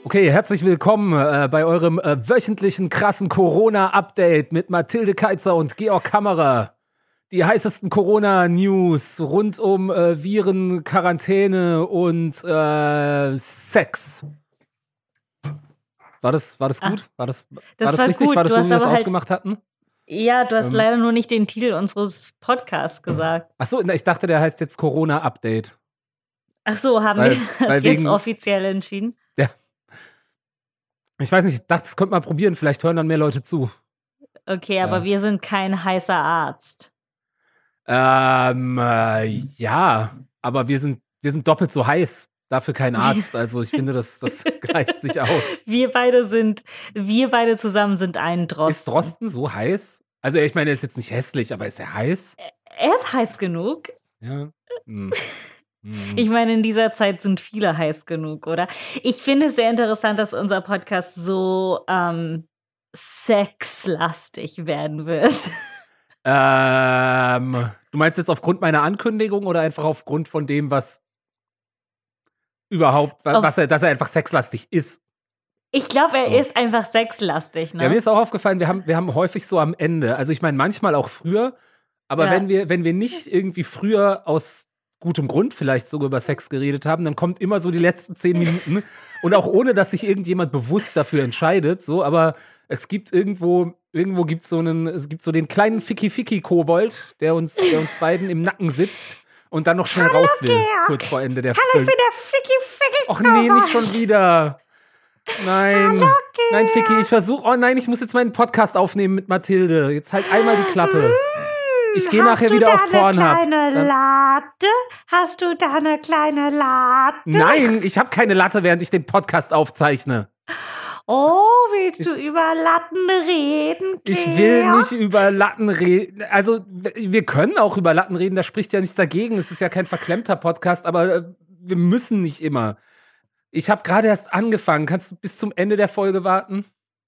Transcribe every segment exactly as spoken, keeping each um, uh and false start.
Okay, herzlich willkommen äh, bei eurem äh, wöchentlichen krassen Corona-Update mit Mathilde Keitzer und Georg Kammerer. Die heißesten Corona-News rund um äh, Viren, Quarantäne und äh, Sex. War das, war das gut? War das, war das das war richtig? gut. War das Du so, wie wir hast das aber halt- ausgemacht hatten? Ja, du hast Ähm. leider nur nicht den Titel unseres Podcasts gesagt. Achso, ich dachte, der heißt jetzt Corona-Update. Ach so, haben Weil- wir das weil jetzt wegen- offiziell entschieden? Ich weiß nicht, ich dachte, das könnte man probieren, vielleicht hören dann mehr Leute zu. Okay, aber Ja. wir sind kein heißer Arzt. Ähm, äh, ja, aber wir sind, wir sind doppelt so heiß. Dafür kein Arzt. Also ich finde, das, das gleicht sich aus. Wir beide sind, wir beide zusammen sind ein Ist Drosten. Drosten so heiß? Also ich meine, er ist jetzt nicht hässlich, aber ist er heiß? Er ist heiß genug. Ja. Hm. Hm. Ich meine, in dieser Zeit sind viele heiß genug, oder? Ich finde es sehr interessant, dass unser Podcast so ähm, sexlastig werden wird. Ähm, du meinst jetzt aufgrund meiner Ankündigung oder einfach aufgrund von dem, was überhaupt, wa- Auf- was er, dass er einfach sexlastig ist? Ich glaube, er So. ist einfach sexlastig, ne? Ja, mir ist auch aufgefallen, wir haben, wir haben häufig so am Ende, also ich meine manchmal auch früher, aber Ja. wenn wir, wenn wir nicht irgendwie früher aus gutem Grund vielleicht sogar über Sex geredet haben, dann kommt immer so die letzten zehn Minuten und auch ohne, dass sich irgendjemand bewusst dafür entscheidet, so, aber es gibt irgendwo, irgendwo gibt so einen, es gibt so den kleinen Ficky-Ficky-Kobold, der uns, der uns beiden im Nacken sitzt und dann noch schnell raus will, Georg. kurz vor Ende der Hallo, ich Folge. bin der Ficky Ficky. Och nee, nicht schon wieder. Nein. Nein, Ficky, ich versuche. Oh nein, ich muss jetzt meinen Podcast aufnehmen mit Mathilde. Jetzt halt einmal die Klappe. Ich gehe nachher wieder auf Pornhub. Hast du da eine kleine Dann- Latte? Hast du da eine kleine Latte? Nein, ich habe keine Latte, während ich den Podcast aufzeichne. Oh, willst du über Latten reden, Ich will Georg? nicht über Latten reden. Also, wir können auch über Latten reden, da spricht ja nichts dagegen. Es ist ja kein verklemmter Podcast, aber äh, wir müssen nicht immer. Ich habe gerade erst angefangen. Kannst du bis zum Ende der Folge warten?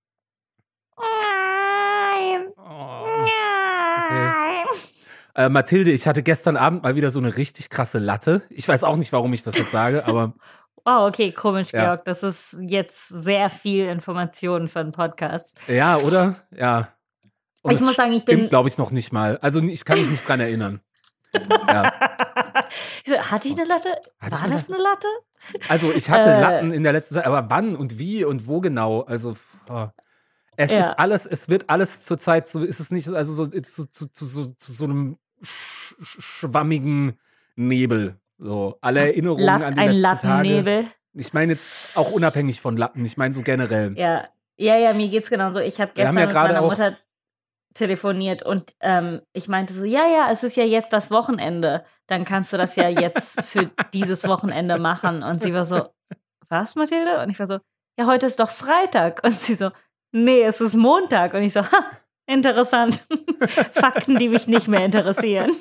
Nein. Oh. Nein. Äh, Mathilde, ich hatte gestern Abend mal wieder so eine richtig krasse Latte. Ich weiß auch nicht, warum ich das jetzt sage, aber Wow, okay, komisch, Ja. Georg. Das ist jetzt sehr viel Information für einen Podcast. ja, oder? Ja. Und Ich es muss sagen, ich stimmt, bin- glaube ich, noch nicht mal. Also ich kann mich nicht dran erinnern. Ja. Ich so, hatte ich eine Latte? Hatte ich War eine das eine Latte? Also ich hatte Äh. Latten in der letzten Zeit, aber wann und wie und wo genau? Also oh. es Ja. ist alles, es wird alles zurzeit so, ist es nicht, also so ist zu, zu, zu, so- zu so einem sch sch schwammigen Nebel. So, alle Erinnerungen Lat an die ein letzten Tage. Lattennebel. Ich meine jetzt auch unabhängig von Latten, ich meine so generell. Ja, ja, ja, mir geht's genauso. Ich habe Wir haben gestern ja mit gerade meiner auch- Mutter telefoniert und ähm, ich meinte so, ja, ja, es ist ja jetzt das Wochenende. Dann kannst du das ja jetzt für dieses Wochenende machen. Und sie war so, was, Mathilde? Und ich war so, ja, heute ist doch Freitag. Und sie so, nee, es ist Montag. Und ich so, ha, interessant. Fakten, die mich nicht mehr interessieren.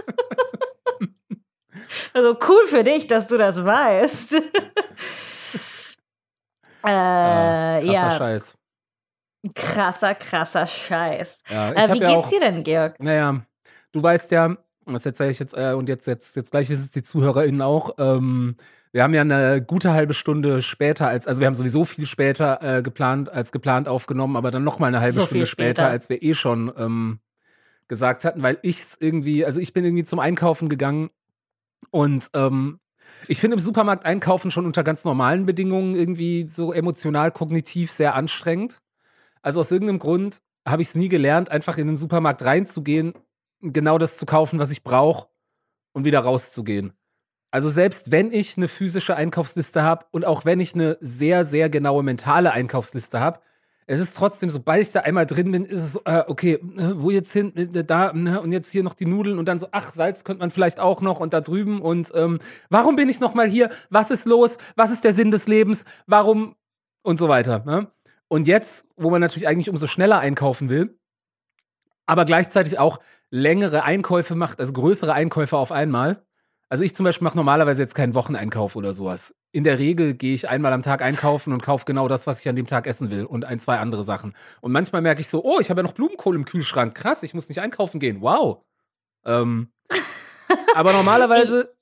Also cool für dich, dass du das weißt. äh, Ah, krasser ja, Scheiß. krasser, krasser Scheiß. Ja, ich Äh, hab wie ja geht's auch, dir denn, Georg? Naja, du weißt ja, das erzähle ich jetzt, äh, und jetzt, jetzt, jetzt gleich wissen es die ZuhörerInnen auch, ähm, wir haben ja eine gute halbe Stunde später als, also wir haben sowieso viel später äh, geplant, als geplant aufgenommen, aber dann nochmal eine halbe So viel Stunde später, später. als wir eh schon ähm, gesagt hatten, weil ich es irgendwie, also ich bin irgendwie zum Einkaufen gegangen und ähm, ich finde im Supermarkt einkaufen schon unter ganz normalen Bedingungen irgendwie so emotional, kognitiv sehr anstrengend. Also aus irgendeinem Grund habe ich es nie gelernt, einfach in den Supermarkt reinzugehen, genau das zu kaufen, was ich brauche und wieder rauszugehen. Also selbst wenn ich eine physische Einkaufsliste habe und auch wenn ich eine sehr, sehr genaue mentale Einkaufsliste habe, es ist trotzdem, sobald ich da einmal drin bin, ist es so, äh, okay, äh, wo jetzt hin, äh, da, äh, und jetzt hier noch die Nudeln und dann so, ach, Salz könnte man vielleicht auch noch und da drüben und ähm, warum bin ich noch mal hier? Was ist los? Was ist der Sinn des Lebens? Warum? Und so weiter. Ne? Und jetzt, wo man natürlich eigentlich umso schneller einkaufen will, aber gleichzeitig auch längere Einkäufe macht, also größere Einkäufe auf einmal. Also ich zum Beispiel mache normalerweise jetzt keinen Wocheneinkauf oder sowas. In der Regel gehe ich einmal am Tag einkaufen und kaufe genau das, was ich an dem Tag essen will und ein, zwei andere Sachen. Und manchmal merke ich so, oh, ich habe ja noch Blumenkohl im Kühlschrank. Krass, ich muss nicht einkaufen gehen. Wow. Ähm, aber normalerweise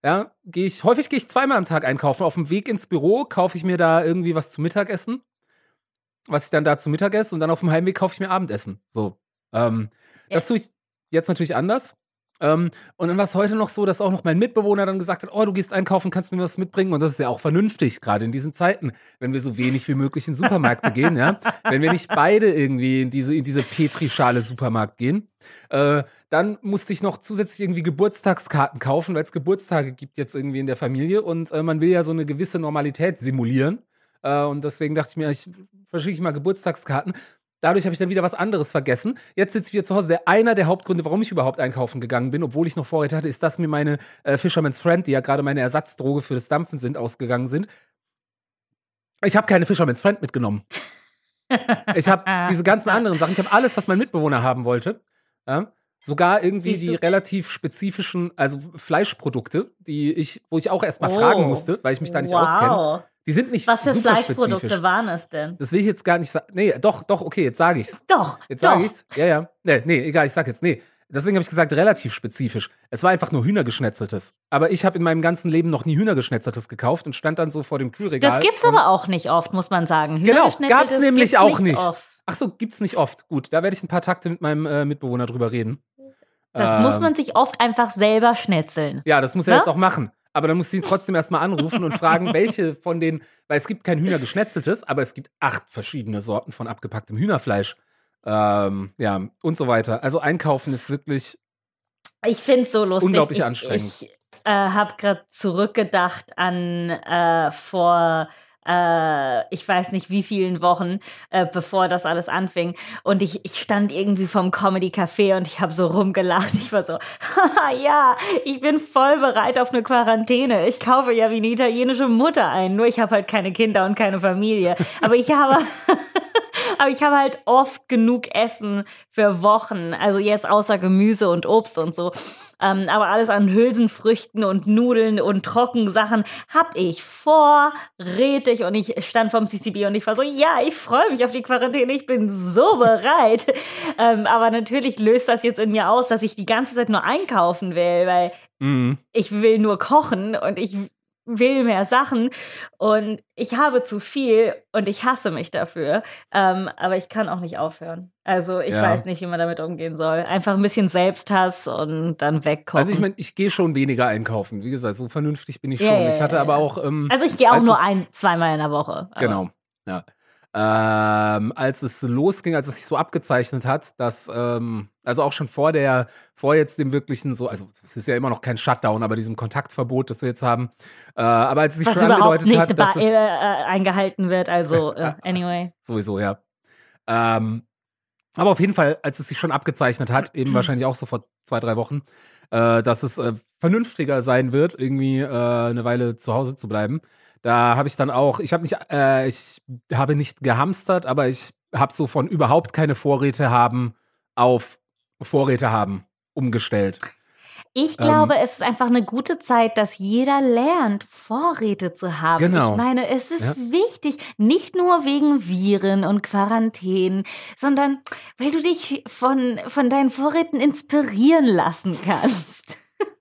ja, gehe ich, häufig gehe ich zweimal am Tag einkaufen. Auf dem Weg ins Büro kaufe ich mir da irgendwie was zum Mittagessen, was ich dann da zu Mittag esse, und dann auf dem Heimweg kaufe ich mir Abendessen. So. Ähm, Ja. Das tue ich jetzt natürlich anders. Ähm, und dann war es heute noch so, dass auch noch mein Mitbewohner dann gesagt hat, oh, du gehst einkaufen, kannst mir was mitbringen. Und das ist ja auch vernünftig, gerade in diesen Zeiten, wenn wir so wenig wie möglich in Supermärkte gehen, ja. Wenn wir nicht beide irgendwie in diese, in diese Petrischale Supermarkt gehen. Äh, dann musste ich noch zusätzlich irgendwie Geburtstagskarten kaufen, weil es Geburtstage gibt jetzt irgendwie in der Familie, und äh, man will ja so eine gewisse Normalität simulieren. Äh, und deswegen dachte ich mir, ich verschicke mal Geburtstagskarten. Dadurch habe ich dann wieder was anderes vergessen. Jetzt sitze ich wieder zu Hause. Der, einer der Hauptgründe, warum ich überhaupt einkaufen gegangen bin, obwohl ich noch Vorräte hatte, ist, dass mir meine äh, Fisherman's Friend, die ja gerade meine Ersatzdroge für das Dampfen sind, ausgegangen sind. Ich habe keine Fisherman's Friend mitgenommen. Ich habe diese ganzen anderen Sachen, ich habe alles, was mein Mitbewohner haben wollte. Ja? Sogar irgendwie Siehst die du? relativ spezifischen, also Fleischprodukte, die ich, wo ich auch erstmal Oh. fragen musste, weil ich mich da nicht auskenne. Wow. Die sind nicht Was für super Fleischprodukte spezifisch. waren es denn? Das will ich jetzt gar nicht sagen. Nee, doch, doch, okay, jetzt sage ich's. Doch, Jetzt doch. sage ich's. Ja, ja. Nee, nee, egal, ich sag jetzt. Nee. Deswegen habe ich gesagt, relativ spezifisch. Es war einfach nur Hühnergeschnetzeltes. Aber ich habe in meinem ganzen Leben noch nie Hühnergeschnetzeltes gekauft und stand dann so vor dem Kühlregal. Das gibt's und- aber auch nicht oft, muss man sagen. Genau, Hühnergeschnetzeltes gab's nämlich gibt's auch nicht. Oft. Ach so, gibt's nicht oft. Gut, da werde ich ein paar Takte mit meinem äh, Mitbewohner drüber reden. Das Ähm, muss man sich oft einfach selber schnetzeln. Ja, das muss er Ne? jetzt auch machen. Aber dann muss ich ihn trotzdem erstmal anrufen und fragen, welche von den, weil es gibt kein Hühnergeschnetzeltes, aber es gibt acht verschiedene Sorten von abgepacktem Hühnerfleisch. Ähm, ja, und so weiter. Also einkaufen ist wirklich Ich finde es so lustig. unglaublich ich, anstrengend. Ich äh, habe gerade zurückgedacht an äh, vor, äh, ich weiß nicht wie vielen Wochen, äh, bevor das alles anfing. Und ich, ich stand irgendwie vom Comedy-Café und ich habe so rumgelacht. Ich war so, haha, ja, ich bin voll bereit auf eine Quarantäne. Ich kaufe ja wie eine italienische Mutter ein. Nur ich habe halt keine Kinder und keine Familie. Aber ich habe... Aber ich habe halt oft genug Essen für Wochen. Also jetzt außer Gemüse und Obst und so. Ähm, aber alles an Hülsenfrüchten und Nudeln und Trockensachen habe ich vorrätig. Und ich stand vom C C B und ich war so, ja, ich freue mich auf die Quarantäne. Ich bin so bereit. ähm, aber natürlich löst das jetzt in mir aus, dass ich die ganze Zeit nur einkaufen will, weil Mhm. ich will nur kochen und ich will mehr Sachen und ich habe zu viel und ich hasse mich dafür, ähm, aber ich kann auch nicht aufhören. Also ich Ja. weiß nicht, wie man damit umgehen soll. Einfach ein bisschen Selbsthass und dann wegkochen. Also ich meine, ich gehe schon weniger einkaufen. Wie gesagt, so vernünftig bin ich schon. Ja, ja, ich hatte ja, aber ja. auch ähm, Also ich gehe auch als nur es- ein, zweimal in der Woche. aber- Genau, ja. Ähm, als es losging, als es sich so abgezeichnet hat, dass, ähm, also auch schon vor der, vor jetzt dem wirklichen so, also es ist ja immer noch kein Shutdown, aber diesem Kontaktverbot, das wir jetzt haben, äh, aber als es sich Was schon überhaupt angedeutet nicht hat, dass ba- es, äh, äh, eingehalten wird, also äh, anyway. sowieso, ja. Ähm, aber auf jeden Fall, als es sich schon abgezeichnet hat, eben wahrscheinlich auch so vor zwei, drei Wochen, äh, dass es äh, vernünftiger sein wird, irgendwie äh, eine Weile zu Hause zu bleiben. Da habe ich dann auch, ich habe nicht, äh, ich habe nicht gehamstert, aber ich habe so von überhaupt keine Vorräte haben auf Vorräte haben umgestellt. Ich Ähm, glaube, es ist einfach eine gute Zeit, dass jeder lernt, Vorräte zu haben. Genau. Ich meine, es ist Ja. wichtig, nicht nur wegen Viren und Quarantänen, sondern weil du dich von, von deinen Vorräten inspirieren lassen kannst.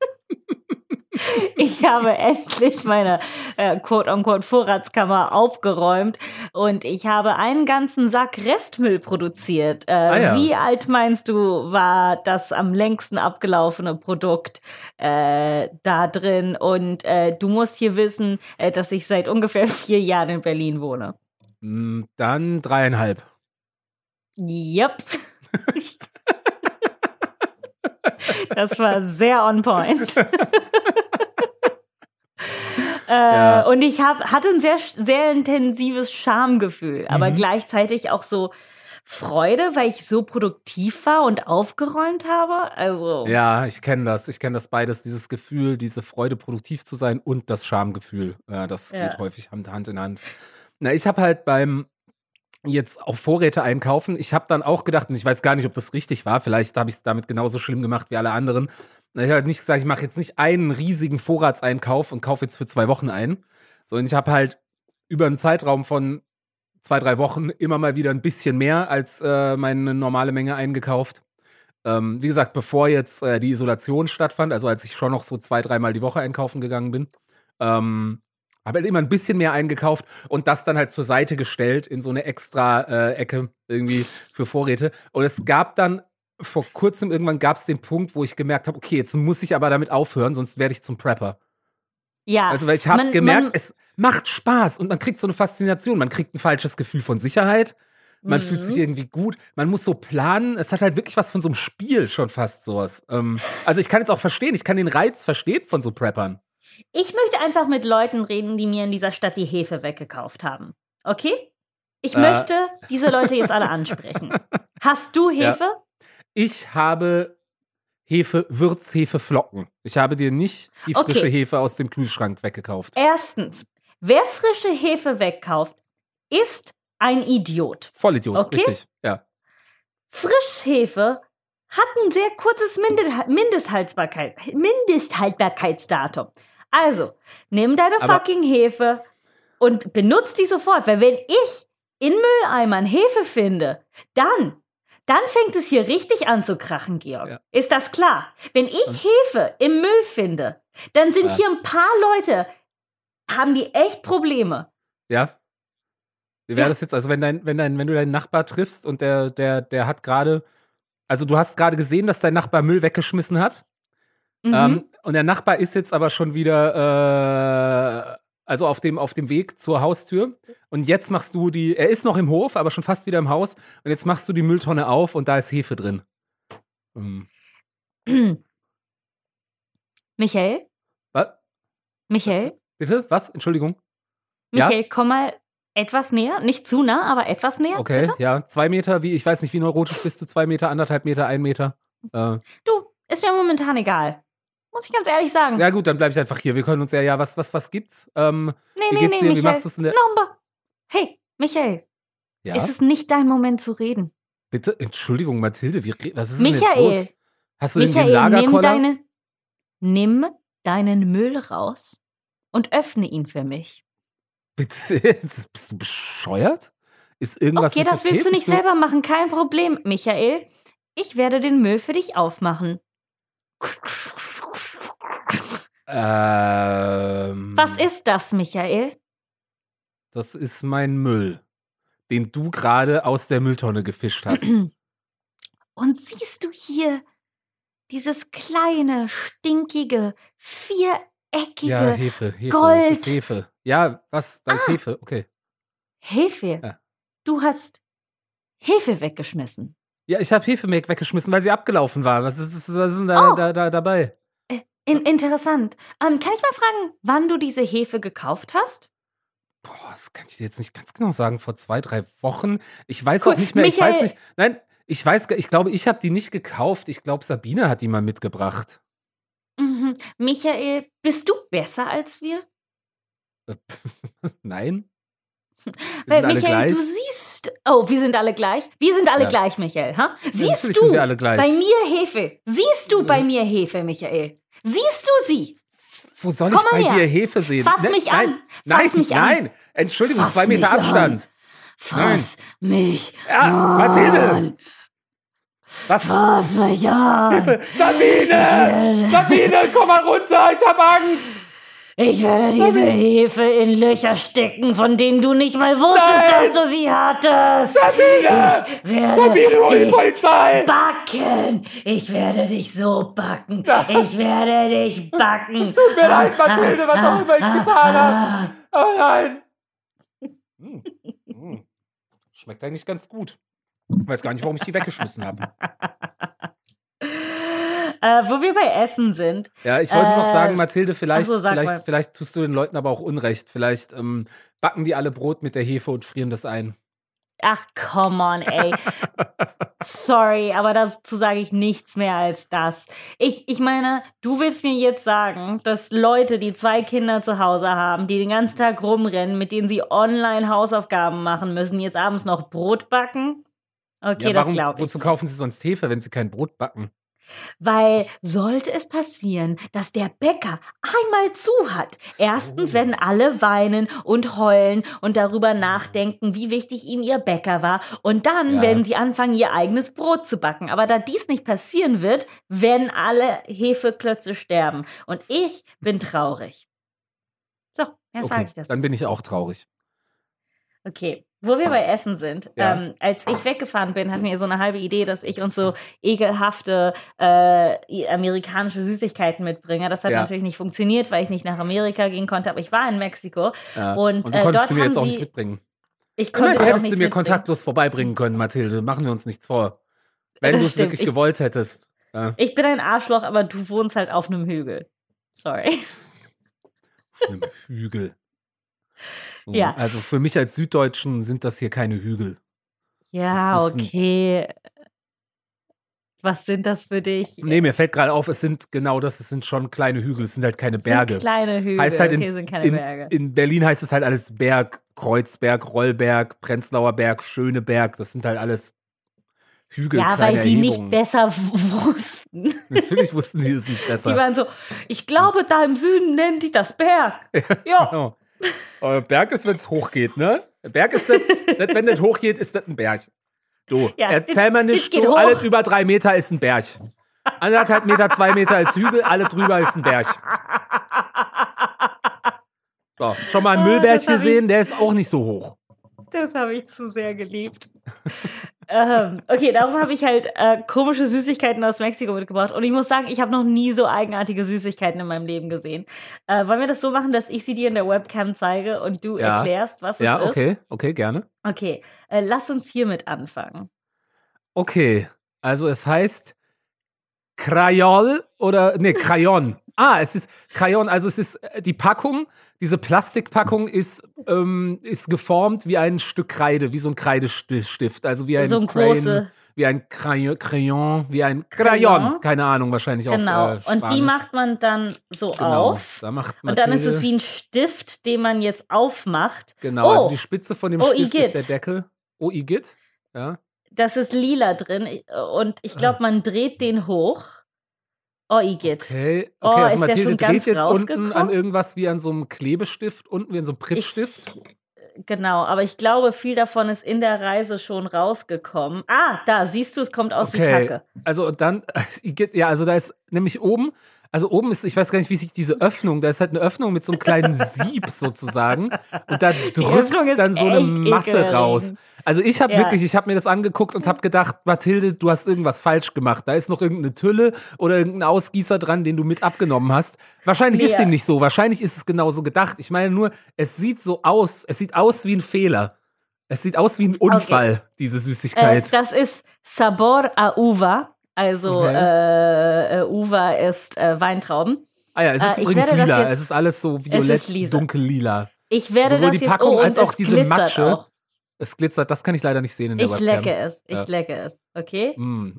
Ich habe endlich meine äh, quote-unquote Vorratskammer aufgeräumt und ich habe einen ganzen Sack Restmüll produziert. Äh, Ah ja. Wie alt meinst du, war das am längsten abgelaufene Produkt äh, da drin? Und äh, du musst hier wissen, äh, dass ich seit ungefähr vier Jahren in Berlin wohne. m, Dann dreieinhalb. Yep. Das war sehr on point. Äh, Ja. Und ich hab, hatte ein sehr, sehr intensives Schamgefühl, aber Mhm. gleichzeitig auch so Freude, weil ich so produktiv war und aufgeräumt habe. Also, Ja, ich kenne das. Ich kenne das beides, dieses Gefühl, diese Freude, produktiv zu sein und das Schamgefühl. Ja, das Ja. geht häufig Hand, Hand in Hand. Na, ich habe halt beim jetzt auf Vorräte einkaufen, ich habe dann auch gedacht, und ich weiß gar nicht, ob das richtig war, vielleicht habe ich es damit genauso schlimm gemacht wie alle anderen. Na, Ich habe halt nicht gesagt, ich mache jetzt nicht einen riesigen Vorratseinkauf und kaufe jetzt für zwei Wochen ein, sondern ich habe halt über einen Zeitraum von zwei, drei Wochen immer mal wieder ein bisschen mehr als äh, meine normale Menge eingekauft. Ähm, wie gesagt, bevor jetzt äh, die Isolation stattfand, also als ich schon noch so zwei, dreimal die Woche einkaufen gegangen bin, ähm, habe halt immer ein bisschen mehr eingekauft und das dann halt zur Seite gestellt in so eine extra äh, Ecke irgendwie für Vorräte. Und es gab dann vor kurzem, irgendwann gab es den Punkt, wo ich gemerkt habe, okay, jetzt muss ich aber damit aufhören, sonst werde ich zum Prepper. Ja, Also, weil ich habe man, gemerkt, man, es macht Spaß und man kriegt so eine Faszination. Man kriegt ein falsches Gefühl von Sicherheit. Man fühlt sich mhm. irgendwie gut. Man muss so planen. Es hat halt wirklich was von so einem Spiel schon fast sowas. Ähm, also, ich kann jetzt auch verstehen, ich kann den Reiz verstehen von so Preppern. Ich möchte einfach mit Leuten reden, die mir in dieser Stadt die Hefe weggekauft haben. Okay? Ich Äh. möchte diese Leute jetzt alle ansprechen. Hast du Ja. Hefe? Ich habe Hefe, Würzhefeflocken. Ich habe dir nicht die Okay. frische Hefe aus dem Kühlschrank weggekauft. Erstens, wer frische Hefe wegkauft, ist ein Idiot. Vollidiot, Okay? richtig. Ja. Frischhefe hat ein sehr kurzes Mindest- Mindesthaltbarkeit, Mindesthaltbarkeitsdatum. Also, nimm deine Aber- fucking Hefe und benutz die sofort, weil wenn ich in Mülleimern Hefe finde, dann, dann fängt es hier richtig an zu krachen, Georg. Ja. Ist das klar? Wenn ich Hefe im Müll finde, dann sind Ja. hier ein paar Leute, haben die echt Probleme. Ja. Wie wäre Ja. das jetzt? Also, wenn dein, wenn dein, wenn du deinen Nachbar triffst und der, der, der hat gerade, also du hast gerade gesehen, dass dein Nachbar Müll weggeschmissen hat. Mhm. Ähm, und der Nachbar ist jetzt aber schon wieder, äh, also auf dem, auf dem Weg zur Haustür. Und jetzt machst du die, er ist noch im Hof, aber schon fast wieder im Haus. Und jetzt machst du die Mülltonne auf und da ist Hefe drin. Hm. Michael? Was? Michael? Bitte? Was? Entschuldigung. Ja? Michael, komm mal etwas näher. Nicht zu nah, aber etwas näher. Okay, Bitte? ja. Zwei Meter, wie, ich weiß nicht, wie neurotisch bist du? Zwei Meter, anderthalb Meter, ein Meter. Äh, Du, ist mir momentan egal. Muss ich ganz ehrlich sagen. ja, gut, dann bleib ich einfach hier. Wir können uns ja, ja, was, was, was gibt's? Ähm, nee, wie nee, geht's nee, dir? Wie Michael. machst du's in der. Noch ein paar- Hey, Michael, Ja? ist es nicht dein Moment zu reden? Bitte? Entschuldigung, Mathilde, wie, re- was ist denn jetzt Michael, los? Hast du irgendwie einen Michael, nimm, Lagerkoller? deine, nimm deinen Müll raus und öffne ihn für mich. Bitte, jetzt bist du bescheuert? Ist irgendwas Okay, nicht das willst du Bist nicht selber machen, kein Problem, Michael. Ich werde den Müll für dich aufmachen. Ähm, Was ist das, Michael? Das ist mein Müll, den du gerade aus der Mülltonne gefischt hast. Und siehst du hier dieses kleine, stinkige, viereckige Ja, Hefe, Hefe. Gold. Das ist Hefe. Ja, was? Da ist Ah. Hefe, okay. Hefe? Ja. Du hast Hefe weggeschmissen. Ja, ich habe Hefemehl weggeschmissen, weil sie abgelaufen war. Was ist, was ist denn da, Oh. da, da dabei? Äh, in, interessant. Ähm, kann ich mal fragen, wann du diese Hefe gekauft hast? Boah, das kann ich dir jetzt nicht ganz genau sagen. Vor zwei, drei Wochen. Ich weiß Cool. auch nicht mehr. Ich weiß Michael- nicht. Nein, ich weiß, gar- ich glaube, ich habe die nicht gekauft. Ich glaube, Sabine hat die mal mitgebracht. Mhm. Michael, bist du besser als wir? Äh, Nein. Wir Weil, sind alle Michael, gleich. du siehst. Oh, wir sind alle gleich? Wir sind alle Ja. gleich, Michael. Ha? Siehst natürlich du sind wir alle gleich. bei mir Hefe? Siehst du Mhm. bei mir Hefe, Michael? Siehst du sie? Wo soll Komm ich bei mal her. dir Hefe sehen? Fass Ne- mich nein, an. Nein, Fass mich an. nein. Entschuldigung, Fass zwei Meter mich an. Abstand. Fass mich Ja, an. Mathilde. Was? Fass mich an. Hilfe! Sabine! werde- Sabine, komm mal runter, ich hab Angst! Ich werde diese Hefe in Löcher stecken, von denen du nicht mal wusstest, Nein. dass du sie hattest. Sabine! Ich werde Sabine, hol die dich Polizei! backen. Ich werde dich so backen. Nein. Ich werde dich backen. Es tut mir leid, Mathilde, was auch immer ich getan habe. Oh nein! Hm. Hm. Schmeckt eigentlich ganz gut. Ich weiß gar nicht, warum ich die weggeschmissen habe. Äh, wo wir bei Essen sind. Ja, ich wollte noch Äh, sagen, Mathilde, vielleicht, ach so, sag mal. vielleicht, vielleicht tust du den Leuten aber auch Unrecht. Vielleicht ähm, backen die alle Brot mit der Hefe und frieren das ein. Ach, come on, ey. Sorry, aber dazu sage ich nichts mehr als das. Ich, ich meine, du willst mir jetzt sagen, dass Leute, die zwei Kinder zu Hause haben, die den ganzen Tag rumrennen, mit denen sie online Hausaufgaben machen müssen, jetzt abends noch Brot backen? Okay, Ja, das warum, glaube ich. wozu kaufen sie sonst Hefe, wenn sie kein Brot backen? Weil sollte es passieren, dass der Bäcker einmal zu hat, So. erstens werden alle weinen und heulen und darüber nachdenken, wie wichtig ihnen ihr Bäcker war. Und dann Ja. werden sie anfangen, ihr eigenes Brot zu backen. Aber da dies nicht passieren wird, werden alle Hefeklötze sterben. Und ich bin traurig. So, mehr sage Okay, ich das. dann bin ich auch traurig. Okay, wo wir bei Essen sind. Ja. Ähm, als ich weggefahren bin, hatten wir so eine halbe Idee, dass ich uns so ekelhafte äh, amerikanische Süßigkeiten mitbringe. Das hat Ja. natürlich nicht funktioniert, weil ich nicht nach Amerika gehen konnte, aber ich war in Mexiko. Ja. Und, Und du äh, konntest dort sie mir jetzt haben auch sie- nicht mitbringen. Ich Immerhin konnte auch hättest nichts du mir mitbringen. kontaktlos vorbeibringen können, Mathilde. Machen wir uns nichts vor. Wenn Das du es stimmt. wirklich Ich- gewollt hättest. Ja. Ich bin ein Arschloch, aber du wohnst halt auf einem Hügel. Sorry. Auf einem Hügel. So, Ja. Also für mich als Süddeutschen sind das hier keine Hügel. Ja, Das ist ein- okay. Was sind das für dich? Nee, mir fällt gerade auf, es sind genau das, es sind schon kleine Hügel, es sind halt keine Sind Berge. kleine Hügel. Heißt halt in, okay, sind keine in, Berge. in Berlin heißt es halt alles Berg, Kreuzberg, Rollberg, Prenzlauer Berg, Schöneberg, das sind halt alles Hügel, Ja, kleine weil die nicht Erhebungen. besser w- wussten. Natürlich wussten die es nicht Die besser. waren so, ich glaube, da im Süden nennen die das Berg. Ja, Genau. Aber Berg ist, wenn es hochgeht, ne? Berg ist das, das, wenn das hochgeht, ist das ein Berg. Du, Ja, erzähl mal das nicht, geht du, hoch. alles über drei Meter ist ein Berg. Anderthalb Meter, zwei Meter ist Hügel, alles drüber ist ein Berg. So, schon mal einen Ah, Müllberg das hab ich- gesehen, der ist auch nicht so hoch. das habe ich zu sehr geliebt. ähm, okay, darum habe ich halt äh, komische Süßigkeiten aus Mexiko mitgebracht. Und ich muss sagen, ich habe noch nie so eigenartige Süßigkeiten in meinem Leben gesehen. Äh, wollen wir das so machen, dass ich sie dir in der Webcam zeige und du Ja. erklärst, was Ja, es ist? okay, okay, gerne. Okay, äh, lass uns hiermit anfangen. Okay, also es heißt Crayol oder, nee, Crayon. Ah, es ist Crayon, also es ist äh, die Packung, diese Plastikpackung ist, ähm, ist geformt wie ein Stück Kreide, wie so ein Kreidestift, also wie ein So ein Crayon, große. wie ein Crayon, Crayon wie ein Crayon. Crayon, keine Ahnung, wahrscheinlich Genau. auf äh, Und die Spanisch. macht man dann so Genau, auf. da macht Und dann ist es Mathilde- wie ein Stift, den man jetzt aufmacht. Genau, Oh, also die Spitze von dem Oh, Stift Igitt. ist der Deckel. Oh, Igitt, ja. das ist lila drin. Und ich glaube, man dreht den hoch. Oh, Igitt. Okay, Oh, okay, also ist der Mathilde schon dreht ganz jetzt unten rausgekommen? an irgendwas wie an so einem Klebestift, unten wie an so einem Prittstift. Ich, genau, aber ich glaube, viel davon ist in der Reise schon rausgekommen. Ah, da, siehst du, es kommt aus wie Okay, Kacke. also und dann, ja, also da ist nämlich oben, also oben ist, ich weiß gar nicht, wie sich diese Öffnung, da ist halt eine Öffnung mit so einem kleinen Sieb sozusagen und da drückt Öffnung ist dann so eine echt Masse ekelerregend. raus. Also ich habe Ja. wirklich, ich habe mir das angeguckt und habe gedacht, Mathilde, du hast irgendwas falsch gemacht. Da ist noch irgendeine Tülle oder irgendein Ausgießer dran, den du mit abgenommen hast. Wahrscheinlich ist Ja. dem nicht so, wahrscheinlich ist es genauso gedacht. Ich meine nur, es sieht so aus, es sieht aus wie ein Fehler. Es sieht aus wie ein Unfall, diese Äh, Süßigkeit. das ist Sabor a Uva. Also Okay. äh, äh, Uva ist äh, Weintrauben. Ah ja, es ist äh, ich übrigens werde das lila. jetzt- Es ist alles so ist violett, lila. dunkel-lila. Ich werde Sowohl das die jetzt Packung oh, und als auch es diese glitzert Matsche. Auch. Es glitzert, das kann ich leider nicht sehen in der Ich Webcam. lecke es, ich Ja. lecke es, okay? Mm.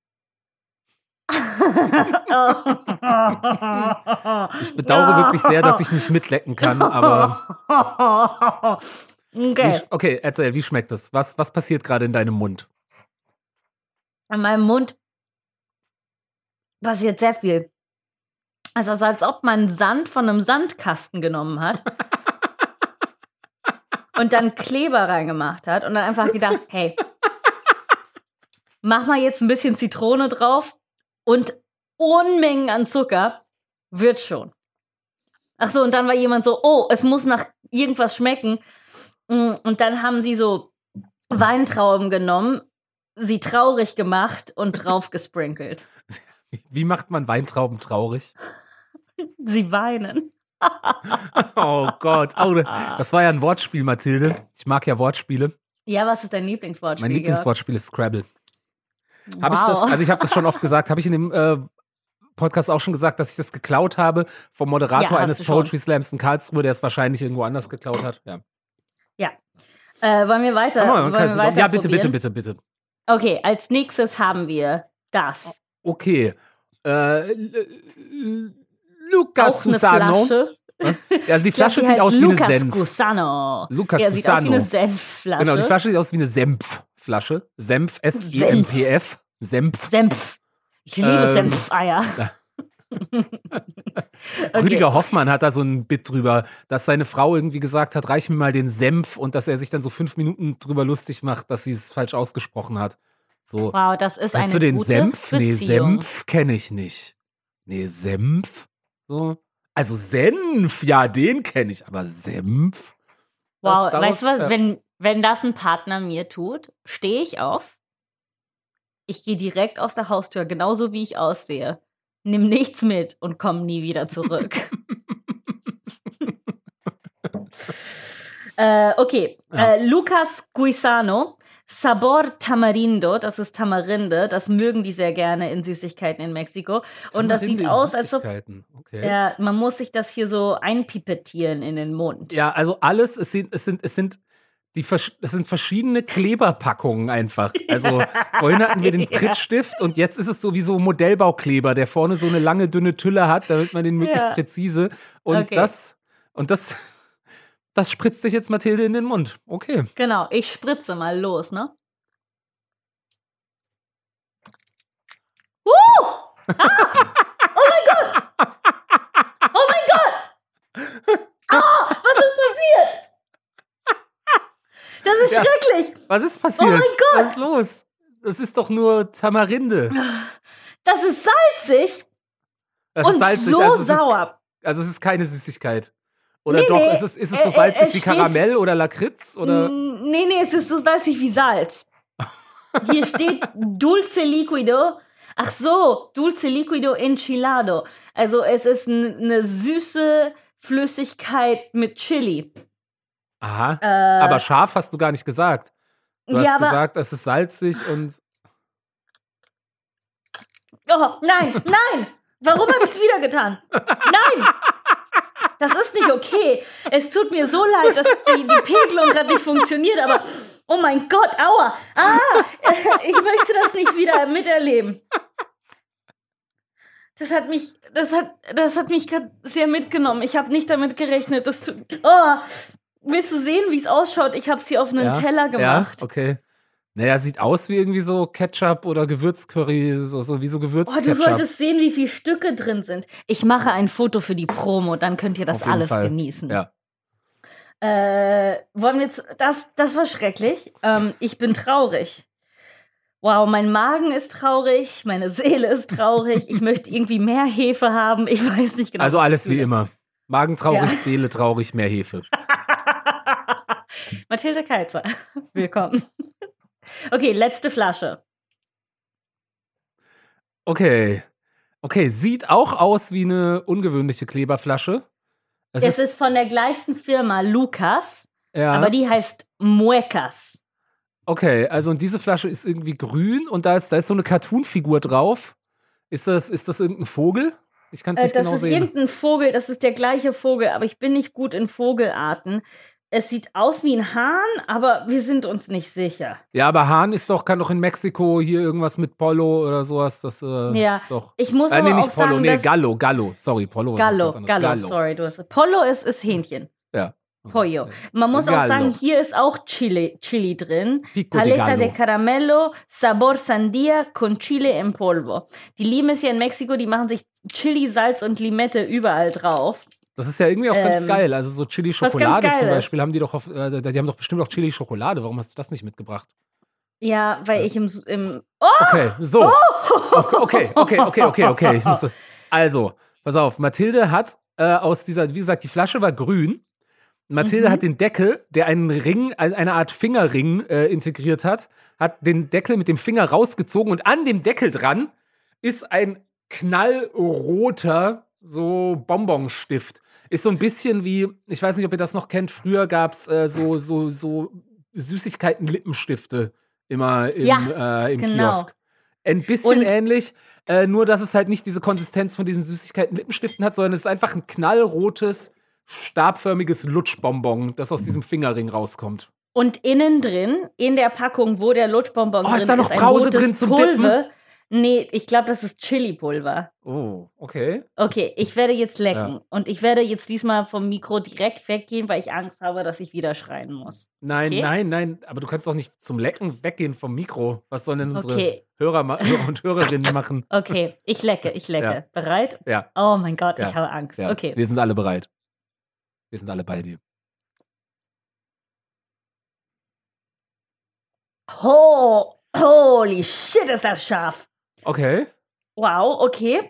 Ich bedauere wirklich sehr, dass ich nicht mitlecken kann, aber. Wie, Okay, sch- okay, erzähl, wie schmeckt es? Was, was passiert gerade in deinem Mund? in meinem Mund passiert sehr viel. Also so als ob man Sand von einem Sandkasten genommen hat und dann Kleber reingemacht hat und dann einfach gedacht, hey, mach mal jetzt ein bisschen Zitrone drauf und Unmengen an Zucker, wird schon. Ach so, und dann war jemand so, oh, es muss nach irgendwas schmecken. Und dann haben sie so Weintrauben genommen, sie traurig gemacht und drauf gesprinkelt. Wie macht man Weintrauben traurig? Sie weinen. Oh Gott, oh, das war ja ein Wortspiel, Mathilde. Ich mag ja Wortspiele. Ja, was ist dein Lieblingswortspiel? Mein Lieblingswortspiel ist Scrabble. Georg? Habe ich das, Wow. also ich habe das schon oft gesagt, habe ich in dem äh, Podcast auch schon gesagt, dass ich das geklaut habe vom Moderator Ja, hast eines du schon. Poetry Slams in Karlsruhe, der es wahrscheinlich irgendwo anders geklaut hat. Ja, Ja. Äh, wollen wir weiter? Aber man wollen kann wir es auch- weiter ja bitte, bitte, probieren? bitte, bitte. Okay, als nächstes haben wir das. Okay. Äh, L- L- Lukas Auch eine Susano. Flasche. Ja, die Ich glaub, Flasche die sieht heißt aus wie Lucas eine Senf. Cusano. Lucas Ja, sieht aus wie eine Cusano. Senfflasche. Genau, die Flasche sieht aus wie eine Senflasche. Senf, S E M P F. Senf. Senf. Ich liebe Ähm, Senfeier. ja. Okay. Rüdiger Hoffmann hat da so ein Bit drüber, dass seine Frau irgendwie gesagt hat, reich mir mal den Senf und dass er sich dann so fünf Minuten drüber lustig macht, dass sie es falsch ausgesprochen hat. So, Wow, das ist weißt eine du den gute Senf? Nee, Beziehung. Senf kenne ich nicht. Nee, Senf? So. Also Senf, ja, den kenne ich, aber Senf? Wow, Das- weißt du daraus- was, wenn, wenn das ein Partner mir tut, stehe ich auf, ich gehe direkt aus der Haustür, genauso wie ich aussehe, nimm nichts mit und komm nie wieder zurück. äh, okay, Ja. äh, Lucas Guisano, Sabor Tamarindo, das ist Tamarinde, das mögen die sehr gerne in Süßigkeiten in Mexiko. Und das Tamarinde sieht in aus, als ob Süßigkeiten. Okay. ja, man muss sich das hier so einpipettieren in den Mund. Ja, also alles, es sind, es sind, es sind, die, versch- es sind verschiedene Kleberpackungen einfach. Also vorhin hatten wir den Prittstift und jetzt ist es sowieso Modellbaukleber, der vorne so eine lange, dünne Tülle hat, damit man den möglichst Ja. präzise. Und Okay. das, und das, das spritzt sich jetzt Mathilde in den Mund. Okay. Genau, ich spritze mal los, ne? Uh! Ah! Oh mein Gott! Oh mein Gott! Ah, was ist passiert? Das ist Ja. schrecklich! Was ist passiert? Oh mein Gott! Was ist los? Das ist doch nur Tamarinde. Das ist salzig Das und ist salzig, so also es ist, sauer. also es ist keine Süßigkeit. Oder Nee, doch, nee, ist es, ist es äh, so äh, salzig es wie steht- Karamell oder Lakritz? Oder? Mm, Nee, nee, es ist so salzig wie Salz. Hier steht Dulce Liquido. Ach so, Dulce Liquido Enchilado. Also es ist n- eine süße Flüssigkeit mit Chili. Aha. Äh, Aber scharf hast du gar nicht gesagt. Du hast ja, aber gesagt, es ist salzig und. oh, nein, nein! Warum habe ich es wieder getan? Nein! Das ist nicht okay. Es tut mir so leid, dass die, die Pegelung gerade nicht funktioniert, aber oh mein Gott, aua! Ah! Ich möchte das nicht wieder miterleben. Das hat mich, das hat, das hat mich gerade sehr mitgenommen. Ich habe nicht damit gerechnet, dass du. Oh! Willst du sehen, wie es ausschaut? Ich habe es hier auf einen ja, Teller gemacht. Ja, okay. Naja, sieht aus wie irgendwie so Ketchup oder Gewürzcurry, so, so wie so Oh, du Gewürzketchup. solltest sehen, wie viele Stücke drin sind. Ich mache ein Foto für die Promo, dann könnt ihr das Auf jeden alles Fall. genießen. Ja. Äh, wollen wir jetzt, das, das war schrecklich. Ähm, ich bin traurig. Wow, mein Magen ist traurig, meine Seele ist traurig. Ich möchte irgendwie mehr Hefe haben. Ich weiß nicht genau. Also was ich alles wie fühle. immer. Magen traurig, Ja. Seele traurig, mehr Hefe. Mathilde Keizer, willkommen. Okay, letzte Flasche. Okay. Okay, sieht auch aus wie eine ungewöhnliche Kleberflasche. Es Es ist von der gleichen Firma Lucas, ja. aber die heißt Muecas. Okay, also und diese Flasche ist irgendwie grün und da ist, da ist so eine Cartoon-Figur drauf. Ist das, ist das irgendein Vogel? Ich kann es Äh, nicht das genau ist sehen. irgendein Vogel, das ist der gleiche Vogel, aber ich bin nicht gut in Vogelarten. Es sieht aus wie ein Hahn, aber wir sind uns nicht sicher. Ja, aber Hahn ist doch, kann doch in Mexiko hier irgendwas mit Polo oder sowas. Das, äh, Ja, doch. ich muss Äh, aber nee, auch nicht Polo, sagen, nee, dass Gallo, Gallo. Sorry, Polo Gallo, ist was ganz Gallo, anderes. sorry, du hast Pollo ist, ist Hähnchen. Ja. Pollo. Man muss auch Gallo. sagen, hier ist auch Chili, Chili drin. Pico de Paleta de Gallo. Caramelo, Sabor Sandia con Chile en Polvo. Die lieben es hier in Mexiko, die machen sich Chili, Salz und Limette überall drauf. Das ist ja irgendwie auch ganz Ähm, geil. Also so ganz Chili-Schokolade zum Geiles. Beispiel haben die doch auf, äh, die haben doch bestimmt auch Chili-Schokolade. Warum hast du das nicht mitgebracht? Ja, weil Ja. ich im, im oh! Okay, so. Okay, okay, okay, okay, okay. Ich muss das. Also, pass auf. Mathilde hat äh, aus dieser, wie gesagt, die Flasche war grün. Mathilde Mhm. hat den Deckel, der einen Ring, also eine Art Fingerring äh, integriert hat, hat den Deckel mit dem Finger rausgezogen und an dem Deckel dran ist ein knallroter so Bonbonstift. Ist so ein bisschen wie, ich weiß nicht, ob ihr das noch kennt, früher gab es äh, so, so, so Süßigkeiten-Lippenstifte immer im, Ja, äh, im genau. Kiosk. Ein bisschen Und- ähnlich, äh, nur dass es halt nicht diese Konsistenz von diesen Süßigkeiten-Lippenstiften hat, sondern es ist einfach ein knallrotes, stabförmiges Lutschbonbon, das aus diesem Fingerring rauskommt. Und innen drin, in der Packung, wo der Lutschbonbon Oh, drin ist da noch ein Brause rotes drin zum Pulver. Nee, ich glaube, das ist Chili-Pulver. Oh, okay. Okay, ich werde jetzt lecken. Ja. Und ich werde jetzt diesmal vom Mikro direkt weggehen, weil ich Angst habe, dass ich wieder schreien muss. Nein, Okay? nein, nein, aber du kannst doch nicht zum Lecken weggehen vom Mikro. Was sollen denn unsere Okay. Hörer, ma- Hörer und Hörerinnen machen? Okay, ich lecke, ich lecke. Ja. Bereit? Ja, Oh mein Gott, Ja. ich habe Angst. ja. Okay. Wir sind alle bereit. Wir sind alle bei dir. Ho holy shit, ist das scharf. Okay. Wow, okay.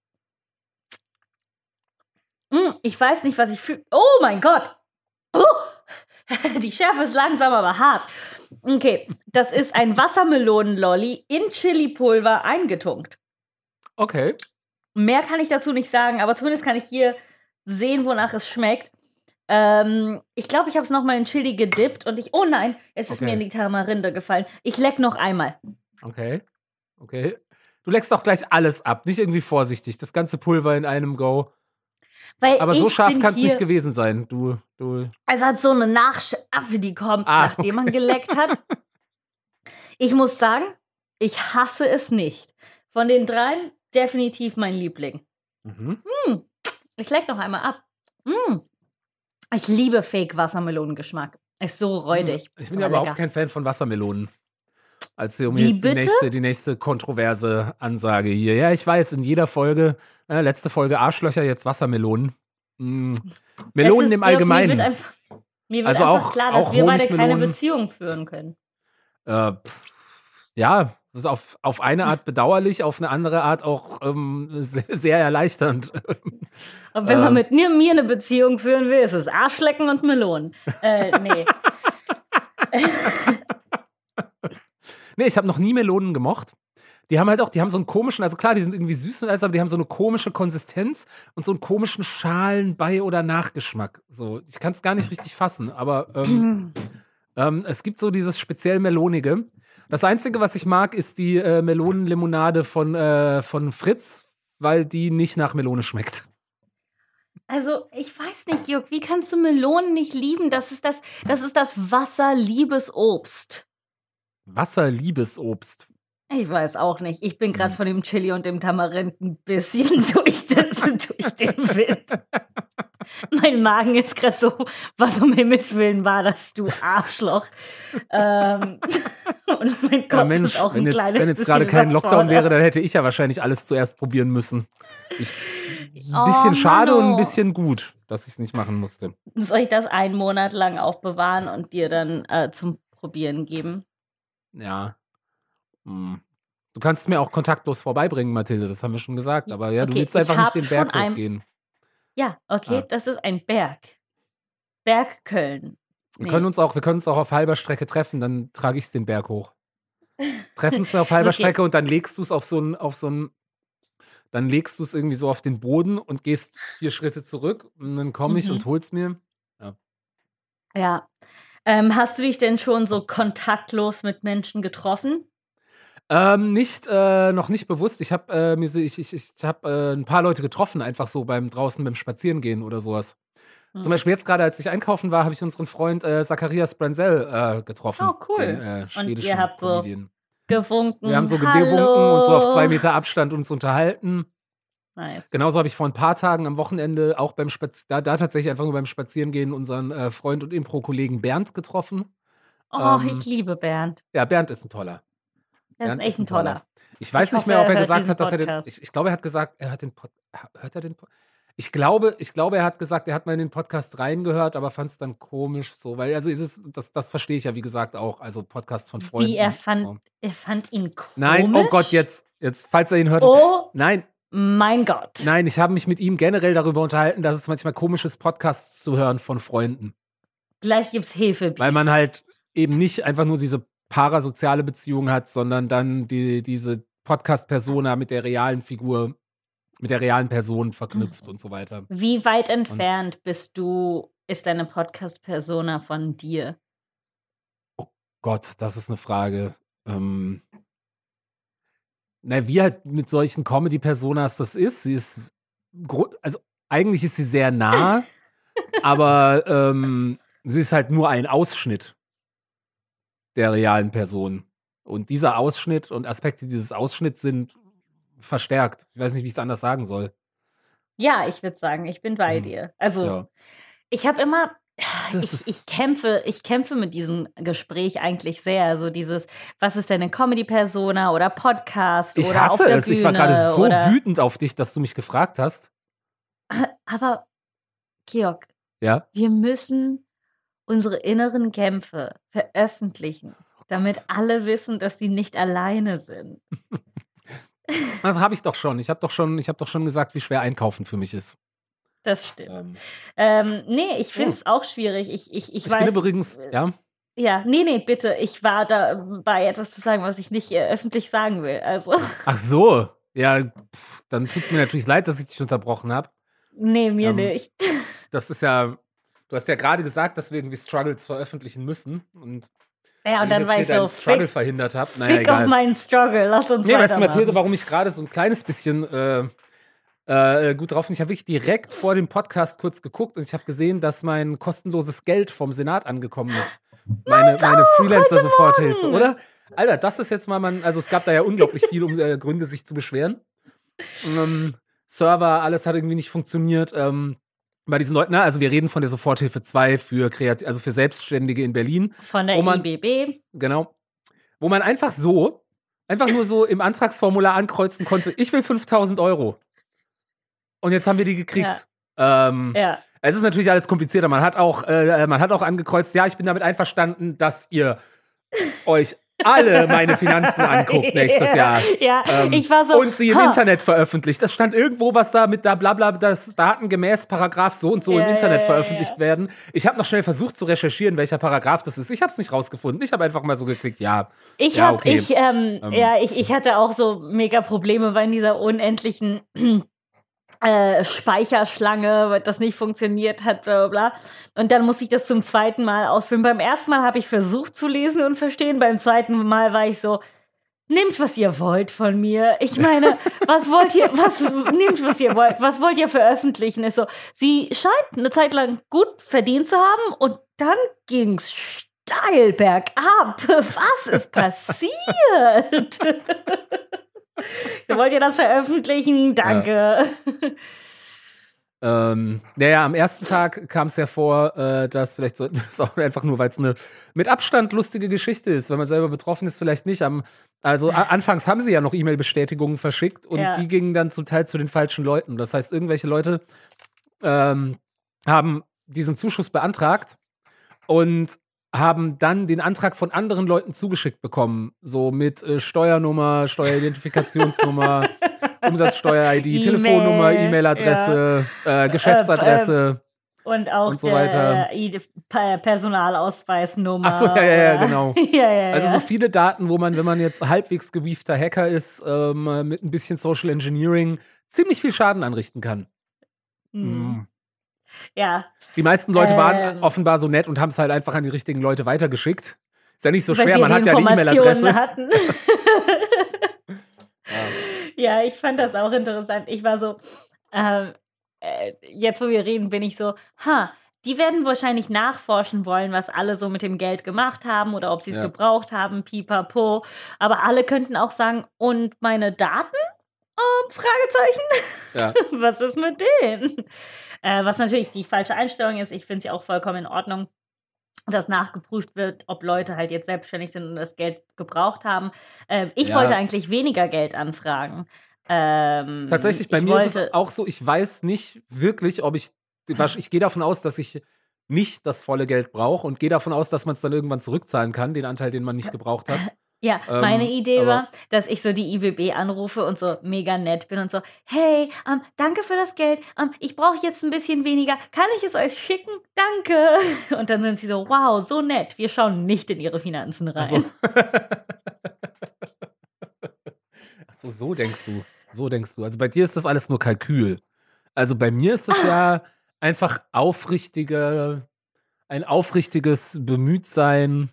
Hm, ich weiß nicht, was ich fühle. Oh mein Gott. Oh. Die Schärfe ist langsam, aber hart. Okay, das ist ein Wassermelonen-Lolli in Chili-Pulver eingetunkt. Okay. Mehr kann ich dazu nicht sagen, aber zumindest kann ich hier sehen, wonach es schmeckt. Ähm, ich glaube, ich habe es nochmal in Chili gedippt und ich. Oh nein, es ist Okay. mir in die Tamarinde gefallen. Ich leck noch einmal. Okay. Okay. Du leckst doch gleich alles ab. Nicht irgendwie vorsichtig. Das ganze Pulver in einem Go. Weil Aber ich so scharf bin kann es hier, nicht gewesen sein. Du, du. Es hat so eine Nachschärfe, die kommt, Ah, nachdem man geleckt hat. Ich muss sagen, ich hasse es nicht. Von den dreien definitiv mein Liebling. Mhm. Hm, ich leck noch einmal ab. Hm. Ich liebe Fake-Wassermelonengeschmack. Ist so räudig. Ich bin ja aber überhaupt lecker. kein Fan von Wassermelonen. Also um Wie jetzt die bitte? nächste, die nächste kontroverse Ansage hier. Ja, ich weiß, in jeder Folge, äh, letzte Folge Arschlöcher, jetzt Wassermelonen. Mm. Melonen Es ist, im Georg, Allgemeinen. Mir wird einfach, mir wird Also einfach auch- klar, dass auch wir beide keine Honigmelonen. Beziehung führen können. Äh, pff, ja, das ist auf, auf eine Art bedauerlich, auf eine andere Art auch ähm, sehr, sehr erleichternd. Und wenn man Ähm. mit mir, mir eine Beziehung führen will, ist es Arschlecken und Melonen. Äh, nee. Nee, ich habe noch nie Melonen gemocht. Die haben halt auch, die haben so einen komischen, also klar, die sind irgendwie süß und alles, aber die haben so eine komische Konsistenz und so einen komischen Schalen bei- oder Nachgeschmack. So, ich kann es gar nicht richtig fassen, aber ähm, ähm, es gibt so dieses speziell Melonige. Das Einzige, was ich mag, ist die äh, Melonenlimonade von, äh, von Fritz, weil die nicht nach Melone schmeckt. Also, ich weiß nicht, Jörg, wie kannst du Melonen nicht lieben? Das ist das, das ist das Wasserliebesobst. Wasserliebesobst. Ich weiß auch nicht. Ich bin gerade Hm. von dem Chili und dem Tamarind ein bisschen durch, das, durch den Wind. Mein Magen ist gerade so, was um Himmels Willen war das, du Arschloch. ähm, und mein Kopf Ja, Mensch, ist auch ein wenn jetzt, kleines wenn jetzt bisschen gerade kein Lockdown wäre, überfordert. dann hätte ich ja wahrscheinlich alles zuerst probieren müssen. Ich, ein Oh, bisschen schade Mano. und ein bisschen gut, dass ich es nicht machen musste. Soll ich das einen Monat lang aufbewahren und dir dann äh, zum Probieren geben? Ja. Hm. Du kannst es mir auch kontaktlos vorbeibringen, Mathilde, das haben wir schon gesagt. Aber ja, du Okay, willst ich einfach nicht hab den schon Berg ein- hochgehen. Ja, okay, Ah. das ist ein Berg. Berg Köln. Wir Nee. können uns auch, wir können uns auch auf halber Strecke treffen, dann trage ich es den Berg hoch. Treffen uns auf halber okay. Strecke und dann legst du es auf so ein, auf so ein, dann legst du es irgendwie so auf den Boden und gehst vier Schritte zurück und dann komme ich Mhm. und hol's mir. Ja. Ähm, hast du dich denn schon so kontaktlos mit Menschen getroffen? Ähm, nicht, äh, noch nicht bewusst. Ich habe äh, mir, so- ich, ich, ich hab, äh, ein paar Leute getroffen, einfach so beim draußen beim Spazierengehen oder sowas. Hm. Zum Beispiel jetzt gerade, als ich einkaufen war, habe ich unseren Freund äh, Zacharias Branzel äh, getroffen. Oh, cool. Den, äh, schwedischen ihr habt so Comedian. Gewunken. Wir haben so Hallo. gewunken und so auf zwei Meter Abstand uns unterhalten. Nice. Genauso habe ich vor ein paar Tagen am Wochenende auch beim Spaz da, da tatsächlich einfach nur beim Spazierengehen unseren äh, Freund und Impro-Kollegen Bernd getroffen. Oh, ähm, ich liebe Bernd. Ja, Bernd ist ein toller. Er ist Bernd echt ein toller. Ich weiß Ich nicht hoffe, mehr, ob er er hört gesagt diesen hat, dass er den. Podcast. Ich, ich glaube, er hat gesagt, er hat den Pod, hört er den Pod, Ich glaube, ich glaube, er hat gesagt, er hat mal in den Podcast reingehört, aber fand es dann komisch so, weil also ist es, das, das verstehe ich ja wie gesagt auch, also Podcast von Freunden. Wie er fand, so. er fand ihn komisch. Nein, oh Gott, jetzt, jetzt, falls er ihn hört. Oh Nein, mein Gott. nein, ich habe mich mit ihm generell darüber unterhalten, dass es manchmal komisch ist, Podcasts zu hören von Freunden, Gleich gibt's Hefe. weil man halt eben nicht einfach nur diese parasoziale Beziehung hat, sondern dann die, diese Podcast-Persona mit der realen Figur, mit der realen Person verknüpft und so weiter. Wie weit entfernt bist du, ist deine Podcast-Persona von dir? Gott, das ist eine Frage. Ähm, na, wie halt mit solchen Comedy-Personas das ist. Sie ist, gro- also eigentlich ist sie sehr nah, aber ähm, sie ist halt nur ein Ausschnitt der realen Person. Und dieser Ausschnitt und Aspekte dieses Ausschnitts sind verstärkt. Ich weiß nicht, wie ich es anders sagen soll. Ja, ich würde sagen, ich bin bei Hm. dir. Also, Ja. ich habe immer, Das ich, ist- ich kämpfe, ich kämpfe mit diesem Gespräch eigentlich sehr. So dieses, was ist denn eine Comedy-Persona oder Podcast Ich oder auf hasse der es. Bühne Ich war gerade so oder. wütend auf dich, dass du mich gefragt hast. Aber, Georg, Ja. wir müssen unsere inneren Kämpfe veröffentlichen, damit alle wissen, dass sie nicht alleine sind. Das habe ich doch schon. Ich habe doch schon, ich habe doch schon gesagt, wie schwer Einkaufen für mich ist. Das stimmt. Ähm, Ähm, nee, ich finde es auch schwierig. Ich, ich, ich, ich weiß. bin übrigens, ja. Ja, nee, nee, bitte. Ich war dabei, etwas zu sagen, was ich nicht äh, öffentlich sagen will. Also, Ach so. Ja, pff, dann tut es mir natürlich leid, dass ich dich unterbrochen habe. nee, mir Ähm, nicht. Das ist ja, du hast ja gerade gesagt, dass wir irgendwie Struggles veröffentlichen müssen. Und Ja, und wenn dann ich war jetzt ich hier deinen so, Struggle fick, verhindert habe, naja, fick auf egal. meinen Struggle, lass uns Nee, weißt du, Mathilde, weitermachen. warum ich gerade so ein kleines bisschen äh, äh, gut drauf bin? Ich habe wirklich direkt vor dem Podcast kurz geguckt und ich habe gesehen, dass mein kostenloses Geld vom Senat angekommen ist. Meine, meine Freelancer-Soforthilfe, Morgen. oder? Alter, das ist jetzt mal, man, also es gab da ja unglaublich viel um äh, Gründe, sich zu beschweren. Ähm, Server, alles hat irgendwie nicht funktioniert. Ähm, bei diesen Leuten, na, also wir reden von der Soforthilfe zwei für Kreat- also für Selbstständige in Berlin. Von der wo man- I B B. Genau. Wo man einfach so, einfach nur so im Antragsformular ankreuzen konnte, ich will fünftausend Euro. Und jetzt haben wir die gekriegt. Ähm, Ja. Es ist natürlich alles komplizierter. Man hat auch, äh, man hat auch angekreuzt, ja, ich bin damit einverstanden, dass ihr euch alle meine Finanzen anguckt nächstes Jahr. Ja, Ähm, ich war so. und sie im ha. Internet veröffentlicht. Das stand irgendwo, was da mit da blabla, das datengemäß Paragraph so und so Ja, im Internet ja, ja, veröffentlicht ja. werden. Ich habe noch schnell versucht zu recherchieren, welcher Paragraph das ist. Ich habe es nicht rausgefunden. Ich habe einfach mal so geklickt, ja. Ich Ja, habe, okay. ich, ähm, Ähm. ja, ich, ich hatte auch so mega Probleme, weil in dieser unendlichen äh, Speicherschlange, weil das nicht funktioniert hat, bla bla bla. Und dann musste ich das zum zweiten Mal ausfüllen. Beim ersten Mal habe ich versucht zu lesen und verstehen. Beim zweiten Mal war ich so, nehmt, was ihr wollt von mir. Ich meine, was wollt ihr, was, nehmt, was ihr wollt. Was wollt ihr veröffentlichen? Ist so, sie scheint eine Zeit lang gut verdient zu haben und dann ging's steil bergab. Was ist passiert? So, wollt ihr das veröffentlichen? Danke. Ähm, naja, am ersten Tag kam es ja vor, äh, dass vielleicht sollten wir es auch einfach nur, weil es eine mit Abstand lustige Geschichte ist. Wenn man selber betroffen ist, vielleicht nicht. Am, also a- anfangs haben sie ja noch E-Mail-Bestätigungen verschickt und Ja. die gingen dann zum Teil zu den falschen Leuten. Das heißt, irgendwelche Leute ähm, haben diesen Zuschuss beantragt und haben dann den Antrag von anderen Leuten zugeschickt bekommen. So mit äh, Steuernummer, Steueridentifikationsnummer, Umsatzsteuer-I D, E-Mail, Telefonnummer, E-Mail-Adresse, äh, Geschäftsadresse. Und auch Und so der weiter. äh, I D Pa- Personalausweisnummer. Ach so, ja, ja, ja, oder- genau. ja, ja, Also ja. so viele Daten, wo man, wenn man jetzt halbwegs gewiefter Hacker ist, ähm, mit ein bisschen Social Engineering ziemlich viel Schaden anrichten kann. Hm. Ja, Die meisten Leute waren Ähm. offenbar so nett und haben es halt einfach an die richtigen Leute weitergeschickt. Ist ja nicht so weil schwer, sie man die hat ja die Informationen E-Mail-Adresse. hatten. Ja, ich fand das auch interessant. Ich war so, ähm, äh, jetzt wo wir reden, bin ich so, ha, die werden wahrscheinlich nachforschen wollen, was alle so mit dem Geld gemacht haben oder ob sie es Ja. gebraucht haben, pipapo. Aber alle könnten auch sagen, und meine Daten? Ähm, Fragezeichen. Ja. Was ist mit denen? Äh, was natürlich die falsche Einstellung ist. Ich finde es ja auch vollkommen in Ordnung, dass nachgeprüft wird, ob Leute halt jetzt selbstständig sind und das Geld gebraucht haben. Ähm, ich Ja. wollte eigentlich weniger Geld anfragen. Ähm, Tatsächlich, bei ich mir ist wollte, es auch so, ich weiß nicht wirklich, ob ich, ich gehe davon aus, dass ich nicht das volle Geld brauche und gehe davon aus, dass man es dann irgendwann zurückzahlen kann, den Anteil, den man nicht gebraucht hat. Ja, Ähm, meine Idee aber- war, dass ich so die I B B anrufe und so mega nett bin und so, hey, ähm, danke für das Geld, ähm, ich brauche jetzt ein bisschen weniger, kann ich es euch schicken? Danke. Und dann sind sie so, wow, so nett, wir schauen nicht in ihre Finanzen Ach rein. so. Ach so, so denkst du. So denkst du. Also bei dir ist das alles nur Kalkül. Also bei mir ist das ja einfach aufrichtige, ein aufrichtiges Bemühtsein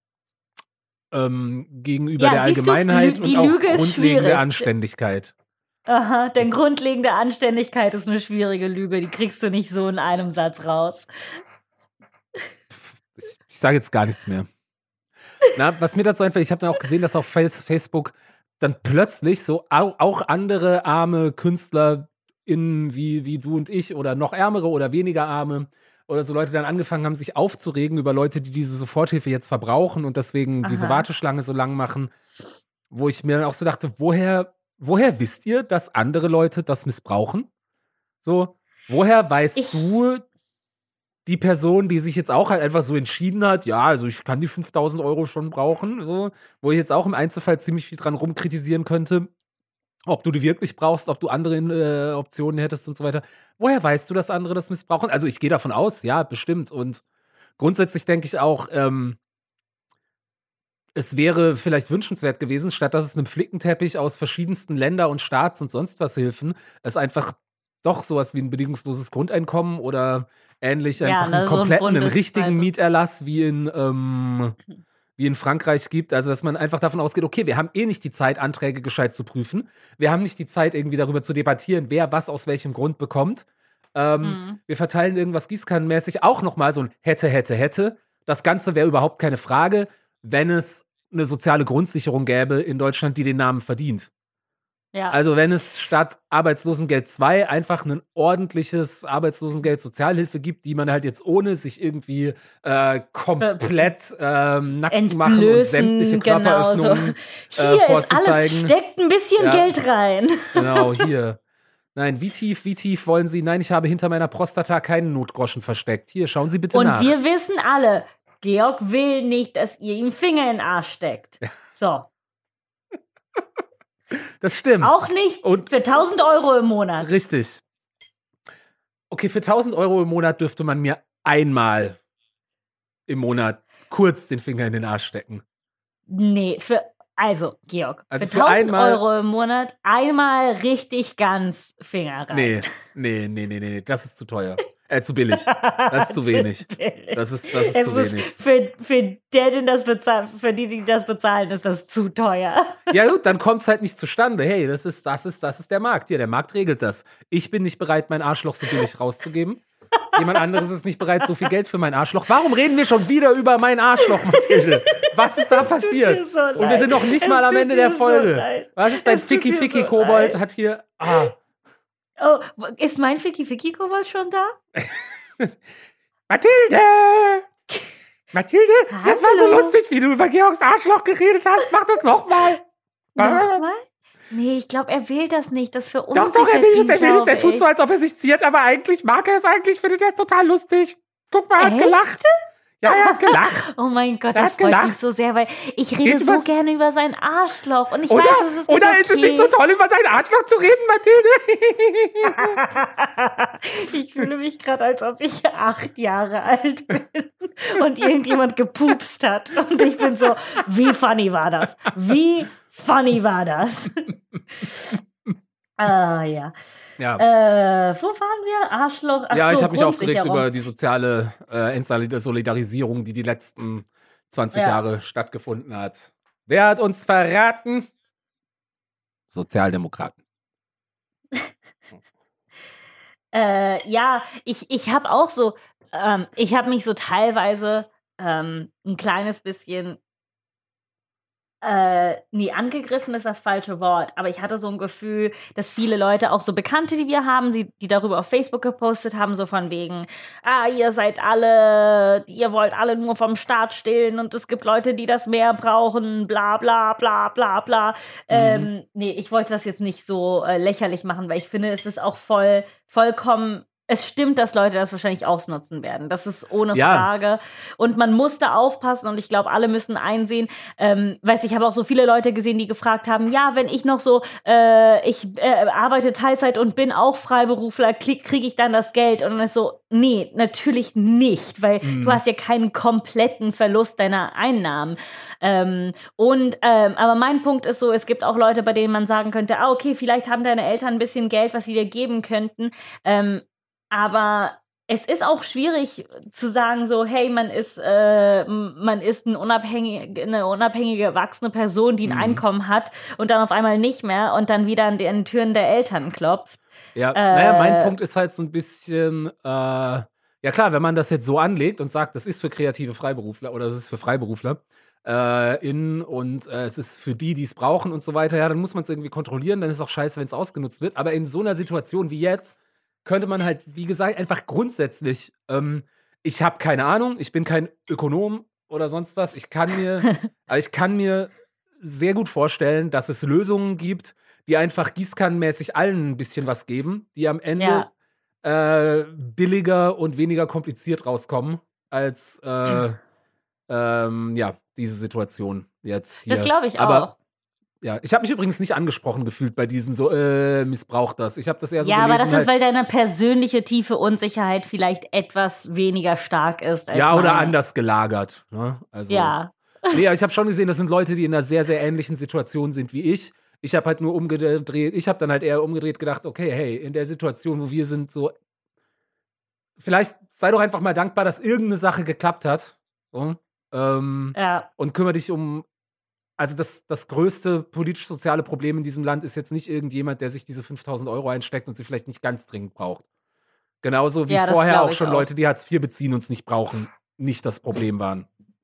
ähm, gegenüber Ja, der siehst du, Allgemeinheit Lü- die und auch Lüge ist grundlegende schwierig. Anständigkeit. Aha, denn grundlegende Anständigkeit ist eine schwierige Lüge, die kriegst du nicht so in einem Satz raus. Ich, ich sage jetzt gar nichts mehr. Na, was mir dazu einfällt, ich habe dann auch gesehen, dass auf Facebook dann plötzlich so au auch andere arme KünstlerInnen wie wie du und ich oder noch ärmere oder weniger arme oder so Leute dann angefangen haben, sich aufzuregen über Leute, die diese Soforthilfe jetzt verbrauchen und deswegen diese Aha. Warteschlange so lang machen, wo ich mir dann auch so dachte, woher woher wisst ihr, dass andere Leute das missbrauchen? So, woher weißt Ich- du, die Person, die sich jetzt auch halt einfach so entschieden hat, ja, also ich kann die fünftausend Euro schon brauchen, so, wo ich jetzt auch im Einzelfall ziemlich viel dran rumkritisieren könnte, ob du die wirklich brauchst, ob du andere äh, Optionen hättest und so weiter. Woher weißt du, dass andere das missbrauchen? Also ich gehe davon aus, ja, bestimmt. Und grundsätzlich denke ich auch, ähm, es wäre vielleicht wünschenswert gewesen, statt dass es einem Flickenteppich aus verschiedensten Länder- und Staats- und sonst was Hilfen, es einfach doch sowas wie ein bedingungsloses Grundeinkommen oder ähnlich Ja, einfach ne, einen so ein kompletten, einen bundesweites- richtigen Mieterlass wie in, ähm, wie in Frankreich gibt. Also, dass man einfach davon ausgeht, okay, wir haben eh nicht die Zeit, Anträge gescheit zu prüfen. Wir haben nicht die Zeit, irgendwie darüber zu debattieren, wer was aus welchem Grund bekommt. Ähm, Mhm. Wir verteilen irgendwas gießkannenmäßig auch nochmal so ein hätte, hätte, hätte. Das Ganze wäre überhaupt keine Frage, wenn es eine soziale Grundsicherung gäbe in Deutschland, die den Namen verdient. Ja. Also, wenn es statt Arbeitslosengeld zwei einfach ein ordentliches Arbeitslosengeld-Sozialhilfe gibt, die man halt jetzt ohne sich irgendwie äh, komplett ähm, nackt zu machen und Entlösen, sämtliche genau so. Körperöffnungen Hier äh, ist alles, vorzuzeigen. steckt ein bisschen Ja. Geld rein. Genau, hier. Nein, wie tief, wie tief wollen Sie? Nein, ich habe hinter meiner Prostata keinen Notgroschen versteckt. Hier, schauen Sie bitte Und nach. wir wissen alle, Georg will nicht, dass ihr ihm Finger in den Arsch steckt. So. Das stimmt. Auch nicht Und- für tausend Euro im Monat. Richtig. Okay, für tausend Euro im Monat dürfte man mir einmal im Monat kurz den Finger in den Arsch stecken. Nee, für, also, Georg, Also für für tausend einmal- Euro im Monat einmal richtig ganz Finger rein. Nee, nee, nee, nee, nee, nee, das ist zu teuer. Äh, zu billig. Das ist zu wenig. billig. Das ist, das ist Es zu ist wenig. für, für der, den das bezahlt, für die, die das bezahlen, ist das zu teuer. Ja gut, dann kommt es halt nicht zustande. Hey, das ist, das ist, das ist der Markt. Hier, der Markt regelt das. Ich bin nicht bereit, mein Arschloch so billig rauszugeben. Jemand anderes ist nicht bereit, so viel Geld für mein Arschloch. Warum reden wir schon wieder über mein Arschloch, Mathilde? Was ist da passiert? mir so Und wir sind noch nicht leid. mal Es am tut Ende mir der so Folge. leid. Was ist dein Es tut mir Ficky-Ficky-Kobold? so Hat hier. Ah. Oh, ist mein Ficky-Ficky-Kobold schon da? Mathilde! Mathilde, das war so Hallo. lustig, wie du über Georgs Arschloch geredet hast. Mach das nochmal. Nochmal? Nee, ich glaube, er will das nicht. Das Doch, verunsichert doch, er will ihn, es, er will es. Er glaube tut so, ich. als ob er sich ziert, aber eigentlich mag er es eigentlich, findet er es total lustig. Guck mal, er hat Echt? gelacht. Ja, er hat gelacht. Oh mein Gott, Er das hat freut gelacht. mich so sehr, weil ich Geht rede so übers- gerne über sein Arschloch und ich Oder, weiß, es ist nicht oder okay. ist es nicht so toll, über sein Arschloch zu reden, Mathilde? Ich fühle mich gerade, als ob ich acht Jahre alt bin und irgendjemand gepupst hat. Und ich bin so, wie funny war das? Wie funny war das? Ah, ja. Ja, Äh, wo waren wir? Arschloch? Ach ja so, ich habe mich aufgeregt Grundsicherung. über die soziale äh, Entsolidarisierung, die die letzten zwanzig Ja. Jahre stattgefunden hat. Wer hat uns verraten? Sozialdemokraten. Äh, ja, ich, ich habe auch so, ähm, ich habe mich so teilweise ähm, ein kleines bisschen, äh, nee, angegriffen ist das falsche Wort, aber ich hatte so ein Gefühl, dass viele Leute, auch so Bekannte, die wir haben, sie, die darüber auf Facebook gepostet haben, so von wegen, ah, ihr seid alle, ihr wollt alle nur vom Staat stillen und es gibt Leute, die das mehr brauchen, bla bla bla bla bla. Ähm, nee, ich wollte das jetzt nicht so äh, lächerlich machen, weil ich finde, es ist auch voll, vollkommen, es stimmt, dass Leute das wahrscheinlich ausnutzen werden. Das ist ohne Ja. Frage. Und man muss da aufpassen und ich glaube, alle müssen einsehen, ähm, weiß ich habe auch so viele Leute gesehen, die gefragt haben, ja, wenn ich noch so, äh, ich äh, arbeite Teilzeit und bin auch Freiberufler, kriege krieg ich dann das Geld? Und dann ist so, nee, natürlich nicht, weil Mhm. du hast ja keinen kompletten Verlust deiner Einnahmen. Ähm, und, ähm, aber mein Punkt ist so, es gibt auch Leute, bei denen man sagen könnte, ah, okay, vielleicht haben deine Eltern ein bisschen Geld, was sie dir geben könnten, ähm, aber es ist auch schwierig zu sagen so, hey, man ist, äh, man ist ein unabhängig, eine unabhängige, erwachsene Person, die ein Mhm. Einkommen hat und dann auf einmal nicht mehr und dann wieder an den Türen der Eltern klopft. Ja, Äh, naja, mein Punkt ist halt so ein bisschen, äh, ja klar, wenn man das jetzt so anlegt und sagt, das ist für kreative Freiberufler oder das ist für Freiberufler, äh, in und äh, es ist für die, die es brauchen und so weiter, ja, dann muss man es irgendwie kontrollieren, dann ist es auch scheiße, wenn es ausgenutzt wird. Aber in so einer Situation wie jetzt könnte man halt, wie gesagt, einfach grundsätzlich, ähm, ich habe keine Ahnung, ich bin kein Ökonom oder sonst was, ich kann mir, aber ich kann mir sehr gut vorstellen, dass es Lösungen gibt, die einfach gießkannenmäßig allen ein bisschen was geben, die am Ende Ja. äh, billiger und weniger kompliziert rauskommen als äh, ähm, ja, diese Situation jetzt Das hier. glaube ich Aber auch. ja, ich habe mich übrigens nicht angesprochen gefühlt bei diesem so, äh, missbraucht das. Ich habe das eher so Ja, aber gelesen, das halt, ist, weil deine persönliche tiefe Unsicherheit vielleicht etwas weniger stark ist als ja, oder meine. anders gelagert. Ne? Also, Ja. nee, aber ich habe schon gesehen, das sind Leute, die in einer sehr, sehr ähnlichen Situation sind wie ich. Ich habe halt nur umgedreht, ich habe dann halt eher umgedreht gedacht, okay, hey, in der Situation, wo wir sind, so, vielleicht sei doch einfach mal dankbar, dass irgendeine Sache geklappt hat. So, ähm, Ja. und kümmere dich um, also das, das größte politisch-soziale Problem in diesem Land ist jetzt nicht irgendjemand, der sich diese fünftausend Euro einsteckt und sie vielleicht nicht ganz dringend braucht. Genauso wie Ja, das vorher glaube auch ich schon auch. Leute, die Hartz vier beziehen und es nicht brauchen, nicht das Problem waren.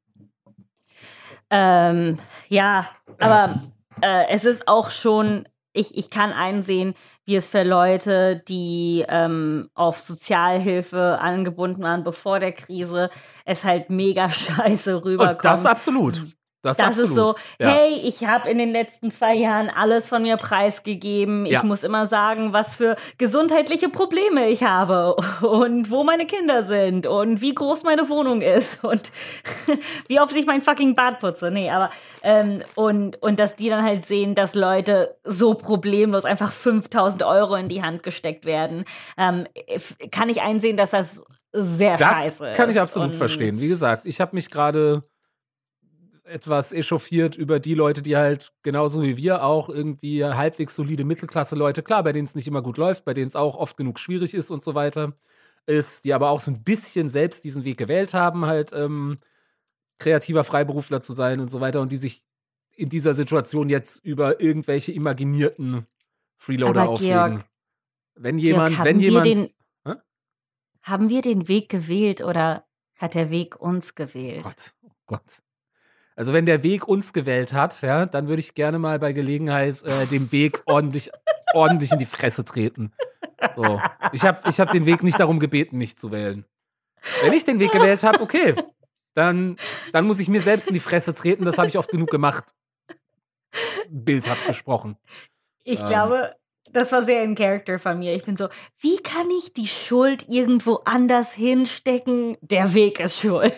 Ähm, ja, aber äh, es ist auch schon, ich, ich kann einsehen, wie es für Leute, die ähm, auf Sozialhilfe angebunden waren bevor der Krise, es halt mega scheiße Und rüberkommt. das absolut. Das, Das ist so, absolut. Ja. hey, ich habe in den letzten zwei Jahren alles von mir preisgegeben. Ich Ja. muss immer sagen, was für gesundheitliche Probleme ich habe und wo meine Kinder sind und wie groß meine Wohnung ist und wie oft ich mein fucking Bad putze. Nee, aber ähm, und, und dass die dann halt sehen, dass Leute so problemlos einfach fünftausend Euro in die Hand gesteckt werden, ähm, kann ich einsehen, dass das sehr Das scheiße ist. kann ich absolut Und verstehen. Wie gesagt, ich habe mich gerade etwas echauffiert über die Leute, die halt genauso wie wir auch irgendwie halbwegs solide Mittelklasse-Leute, klar, bei denen es nicht immer gut läuft, bei denen es auch oft genug schwierig ist und so weiter, ist, die aber auch so ein bisschen selbst diesen Weg gewählt haben, halt ähm, kreativer Freiberufler zu sein und so weiter und die sich in dieser Situation jetzt über irgendwelche imaginierten Freeloader Aber aufregen. Georg, wenn Georg, jemand, haben wenn wir jemand, den, Hä? haben wir den Weg gewählt oder hat der Weg uns gewählt? Gott, oh Gott. Also wenn der Weg uns gewählt hat, ja, dann würde ich gerne mal bei Gelegenheit äh, dem Weg ordentlich, ordentlich in die Fresse treten. So. Ich habe ich hab den Weg nicht darum gebeten, mich zu wählen. Wenn ich den Weg gewählt habe, okay, dann, dann muss ich mir selbst in die Fresse treten. Das habe ich oft genug gemacht. Bildhaft gesprochen. Ich Ähm. glaube, das war sehr in Character von mir. Ich bin so, wie kann ich die Schuld irgendwo anders hinstecken? Der Weg ist schuld.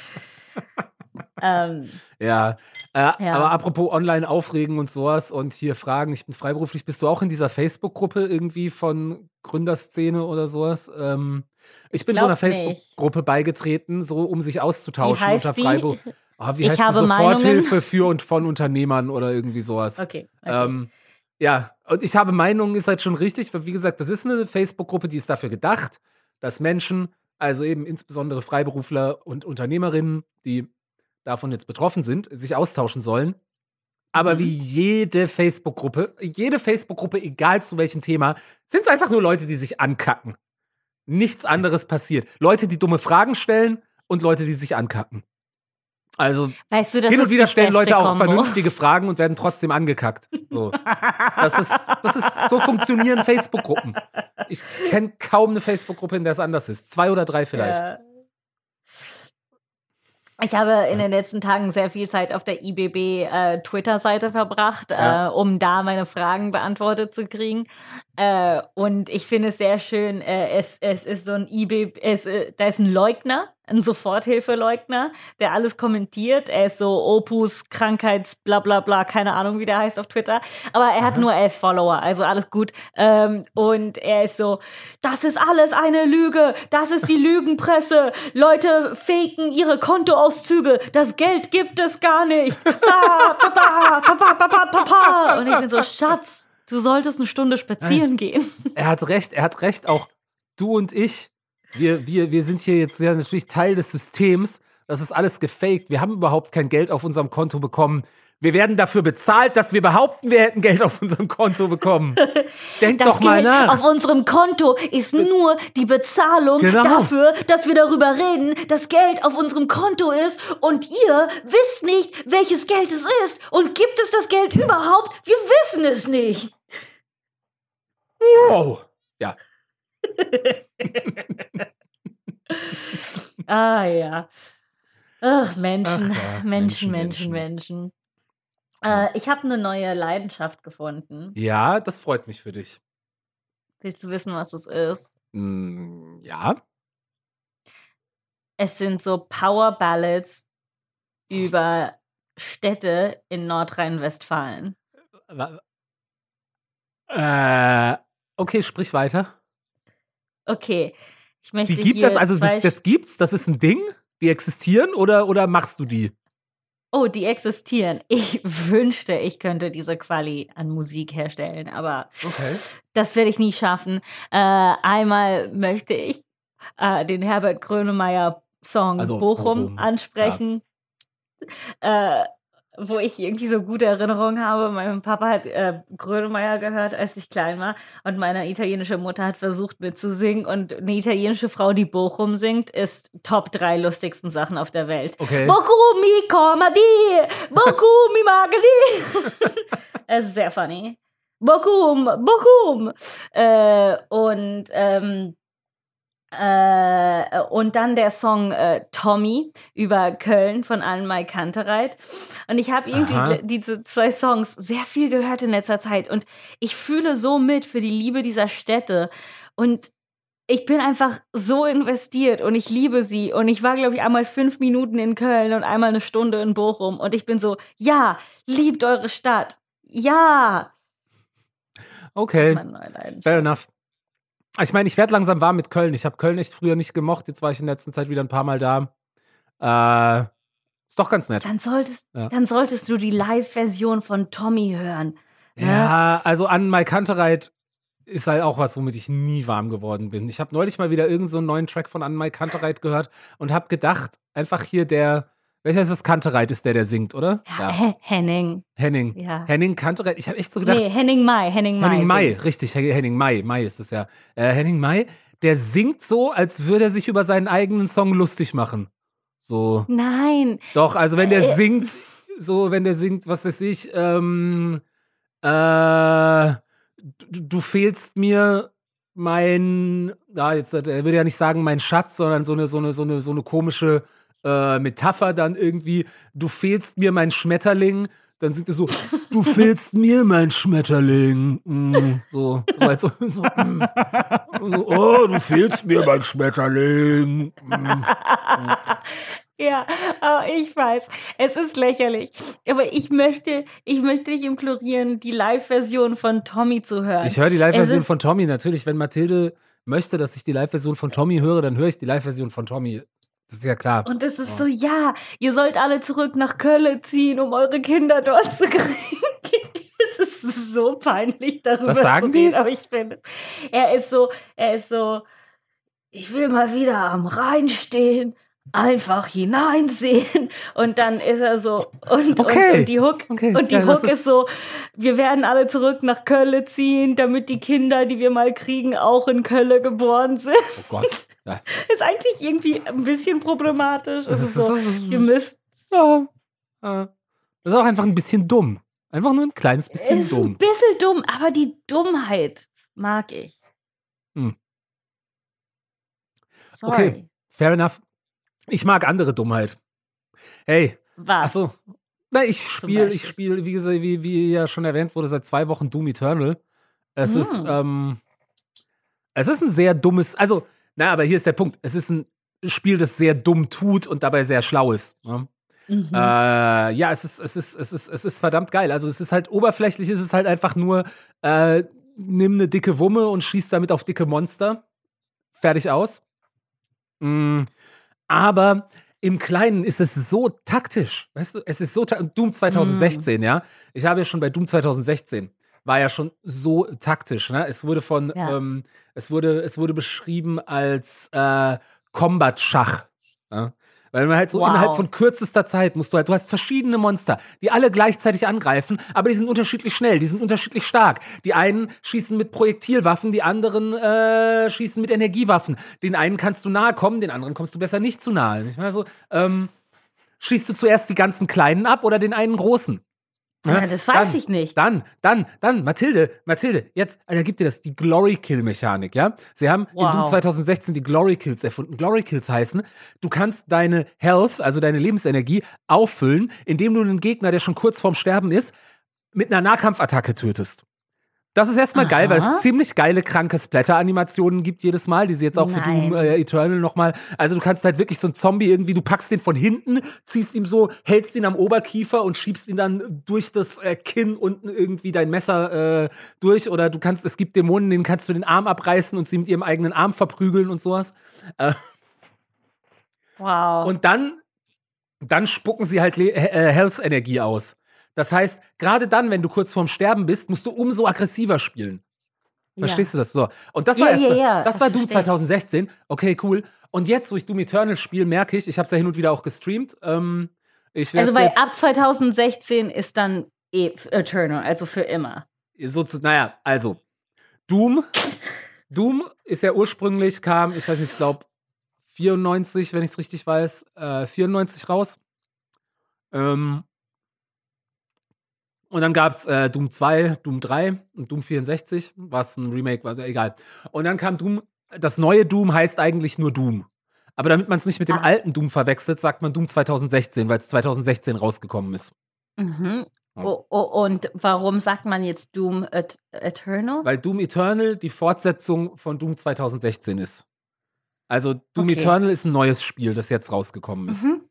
ähm, Ja, äh, Ja. aber apropos online aufregen und sowas und hier fragen, ich bin freiberuflich, bist du auch in dieser Facebook-Gruppe irgendwie von Gründerszene oder sowas? Ähm, ich bin so einer glaub nicht. Facebook-Gruppe beigetreten, so um sich Wie auszutauschen heißt unter die? Freiburg. Oh, wie Ich heißt die? habe Meinungen. Soforthilfe für und von Unternehmern oder irgendwie sowas. Okay. okay. Ähm, ja, und ich habe Meinungen, ist halt schon richtig, weil wie gesagt, das ist eine Facebook-Gruppe, die ist dafür gedacht, dass Menschen, also eben insbesondere Freiberufler und Unternehmerinnen, die davon jetzt betroffen sind, sich austauschen sollen. Aber Mhm. wie jede Facebook-Gruppe, jede Facebook-Gruppe, egal zu welchem Thema, sind es einfach nur Leute, die sich ankacken. Nichts anderes passiert. Leute, die dumme Fragen stellen und Leute, die sich ankacken. Also Weißt du, das hin ist und wieder die stellen beste Leute auch Kombo. vernünftige Fragen und werden trotzdem angekackt. So. Das ist, das ist, so funktionieren Facebook-Gruppen. Ich kenne kaum eine Facebook-Gruppe, in der es anders ist. Zwei oder drei vielleicht. Ja. Ich habe in den letzten Tagen sehr viel Zeit auf der I B B äh, Twitter-Seite verbracht, Ja. äh, um da meine Fragen beantwortet zu kriegen. Äh, und ich finde es sehr schön, äh, es, es ist so ein I B B, es, äh, da ist ein Leugner, ein Soforthilfeleugner, der alles kommentiert. Er ist so Opus, Krankheits, bla bla bla, keine Ahnung, wie der heißt auf Twitter. Aber er hat Aha. nur elf Follower, also alles gut. Ähm, und er ist so, das ist alles eine Lüge, das ist die Lügenpresse. Leute faken ihre Kontoauszüge, das Geld gibt es gar nicht. Pa, pa, pa, pa, pa, pa, pa, pa, pa. Und ich bin so, Schatz, du solltest eine Stunde spazieren gehen. Er hat recht, er hat recht, auch du und ich, wir, wir, wir sind hier jetzt ja natürlich Teil des Systems, das ist alles gefaked, wir haben überhaupt kein Geld auf unserem Konto bekommen, Wir werden dafür bezahlt, dass wir behaupten, wir hätten Geld auf unserem Konto bekommen. Denk Das doch mal Geld nach. auf unserem Konto ist nur die Bezahlung Genau. dafür, dass wir darüber reden, dass Geld auf unserem Konto ist und ihr wisst nicht, welches Geld es ist. Und gibt es das Geld überhaupt? Wir wissen es nicht. Oh. Ja. Ah ja. Ach, Menschen, Ach ja, Menschen, Menschen, Menschen, Menschen. Menschen. Äh, ich habe eine neue Leidenschaft gefunden. Ja, das freut mich für dich. Willst du wissen, was es ist? Mm, ja. Es sind so Power Ballads über Städte in Nordrhein-Westfalen. Äh, okay, sprich weiter. Okay, ich möchte Die gibt hier das, also zwei das, das gibt's, das ist ein Ding? Die existieren oder, oder machst du die? Oh, die existieren. Ich wünschte, ich könnte diese Quali an Musik herstellen, aber Okay. das werde ich nie schaffen. Äh, einmal möchte ich äh, den Herbert Grönemeyer-Song Also, Bochum, Bochum, ansprechen, äh, wo ich irgendwie so gute Erinnerungen habe. Mein Papa hat äh, Grönemeyer gehört, als ich klein war, und meine italienische Mutter hat versucht mitzusingen, und eine italienische Frau, die Bochum singt, ist Top drei lustigsten Sachen auf der Welt. Okay. Bochum mi comadi, Bochum mi magadi. Es ist sehr funny. Bochum, Bochum. Äh, und ähm, Äh, und dann der Song äh, Tommy über Köln von Anne-Mai Kantereit. Und ich habe irgendwie Aha. diese zwei Songs sehr viel gehört in letzter Zeit. Und ich fühle so mit für die Liebe dieser Städte. Und ich bin einfach so investiert und ich liebe sie. Und ich war, glaube ich, einmal fünf Minuten in Köln und einmal eine Stunde in Bochum. Und ich bin so, ja, liebt eure Stadt. Ja. Das Okay, ist meine neue Leidenschaft. fair enough. Ich meine, ich werde langsam warm mit Köln. Ich habe Köln echt früher nicht gemocht. Jetzt war ich in letzter Zeit wieder ein paar Mal da. Äh, ist doch ganz nett. Dann solltest, Ja. dann solltest du die Live-Version von Tommy hören. Ne? Ja, also an Mai Kantereit ist halt auch was, womit ich nie warm geworden bin. Ich habe neulich mal wieder irgendeinen so einen neuen Track von Anne-Mai Kantereit gehört und habe gedacht, einfach hier der, welcher ist das? Kantereit ist der, der singt, oder? Ja, He- Henning. Henning. Ja. Henning Kantereit. Ich habe echt so gedacht, Nee, Henning Mai. Henning Mai. Henning Mai, singt. richtig, Hen- Henning Mai, Mai ist das ja. Äh, Henning Mai, der singt so, als würde er sich über seinen eigenen Song lustig machen. So. Nein. Doch, also wenn der Äh. singt, so, wenn der singt, was weiß ich, ähm, äh, du, du fehlst mir mein, ja, jetzt, er würde ja nicht sagen mein Schatz, sondern so eine, so eine, so eine, so eine komische äh, Metapher dann irgendwie, du fehlst mir mein Schmetterling, dann singt er so, du fehlst mir mein Schmetterling. Mm, so, so, als so, so, mm, so, oh, du fehlst mir mein Schmetterling. Mm. Ja, aber ich weiß, es ist lächerlich. Aber ich möchte, ich möchte dich implorieren, die Live-Version von Tommy zu hören. Ich höre die Es Live-Version ist- von Tommy. Natürlich, wenn Mathilde möchte, dass ich die Live-Version von Tommy höre, dann höre ich die Live-Version von Tommy. Das ist ja klar. Und es ist so, ja, ihr sollt alle zurück nach Köln ziehen, um eure Kinder dort zu kriegen. Es ist so peinlich, darüber Was sagen zu die? reden, aber ich finde es. Er ist so, er ist so, ich will mal wieder am Rhein stehen, einfach hineinsehen. Und dann ist er so, und, Okay. und, und die Hook, Okay. und die Ja, das Hook ist so, wir werden alle zurück nach Köln ziehen, damit die Kinder, die wir mal kriegen, auch in Köln geboren sind. Oh Gott. Ja. Ist eigentlich irgendwie ein bisschen problematisch. Es ist so, Das ist- ihr müsst. Ja. Ja. Das ist auch einfach ein bisschen dumm. Einfach nur ein kleines bisschen Ist ein dumm. bisschen dumm, aber die Dummheit mag ich. Hm. Sorry. Okay. Fair enough. Ich mag andere Dummheit. Hey, Was? achso. Na, ich spiele, Beispiel. ich spiele, wie gesagt, wie, wie ja schon erwähnt wurde, seit zwei Wochen Doom Eternal. Es Hm. ist, ähm, es ist ein sehr dummes, also, na, aber hier ist der Punkt. Es ist ein Spiel, das sehr dumm tut und dabei sehr schlau ist. Ne? Mhm. Äh, ja, es ist, es ist, es ist, es ist verdammt geil. Also es ist halt oberflächlich, es ist halt einfach nur, äh, nimm eine dicke Wumme und schieß damit auf dicke Monster. Fertig aus. Mm, aber im Kleinen ist es so taktisch. Weißt du, es ist so ta- Doom zwanzig sechzehn, ja. Ich habe ja schon bei Doom zwanzig sechzehn war ja schon so taktisch, ne? Es wurde von, Ja. ähm, es wurde, es wurde beschrieben als äh, Combat-Schach. Ja? Weil man halt so Wow. innerhalb von kürzester Zeit musst du halt, du hast verschiedene Monster, die alle gleichzeitig angreifen, aber die sind unterschiedlich schnell, die sind unterschiedlich stark. Die einen schießen mit Projektilwaffen, die anderen äh, schießen mit Energiewaffen. Den einen kannst du nahe kommen, den anderen kommst du besser nicht zu nahe. Ich meine so, ähm, schießt du zuerst die ganzen Kleinen ab oder den einen Großen? Ja, das weiß dann, ich nicht. Dann, dann, dann, Mathilde, Mathilde, jetzt, Alter, gibt dir das, die Glory-Kill-Mechanik, ja? Sie haben Wow. in Doom zwanzig sechzehn die Glory-Kills erfunden. Glory-Kills heißen, du kannst deine Health, also deine Lebensenergie, auffüllen, indem du einen Gegner, der schon kurz vorm Sterben ist, mit einer Nahkampfattacke tötest. Das ist erstmal geil, weil es ziemlich geile, kranke Splatter-Animationen gibt jedes Mal, die sie jetzt auch für Nein. Doom äh, Eternal nochmal. Also du kannst halt wirklich so einen Zombie irgendwie, du packst den von hinten, ziehst ihm so, hältst ihn am Oberkiefer und schiebst ihn dann durch das äh, Kinn unten irgendwie dein Messer äh, durch. Oder du kannst, es gibt Dämonen, denen kannst du den Arm abreißen und sie mit ihrem eigenen Arm verprügeln und sowas. Äh, Wow. und dann, dann spucken sie halt Le- äh, Health-Energie aus. Das heißt, gerade dann, wenn du kurz vorm Sterben bist, musst du umso aggressiver spielen. Verstehst du das so? Und das war, Ja, erst ja, mal, ja, das das war Doom verstehe ich. zwanzig sechzehn. Okay, cool. Und jetzt, wo ich Doom Eternal spiele, merke ich, ich habe es ja hin und wieder auch gestreamt. Ähm, ich Also, werd's weil jetzt ab zwanzig sechzehn ist dann eh Eternal, also für immer. so zu, naja, also Doom, Doom ist ja ursprünglich, kam, ich weiß nicht, ich glaube vierundneunzig, wenn ich es richtig weiß, äh, vierundneunzig raus. Ähm, und dann gab es äh, Doom zwei, Doom drei und Doom vierundsechzig, was ein Remake war, also egal. Und dann kam Doom, das neue Doom heißt eigentlich nur Doom. Aber damit man es nicht mit dem Ah. alten Doom verwechselt, sagt man Doom zwanzig sechzehn, weil es zwanzig sechzehn rausgekommen ist. Mhm. Ja. Oh, oh, und warum sagt man jetzt Doom Et Eternal? Weil Doom Eternal die Fortsetzung von Doom zwanzig sechzehn ist. Also Doom Okay. Eternal ist ein neues Spiel, das jetzt rausgekommen ist. Mhm.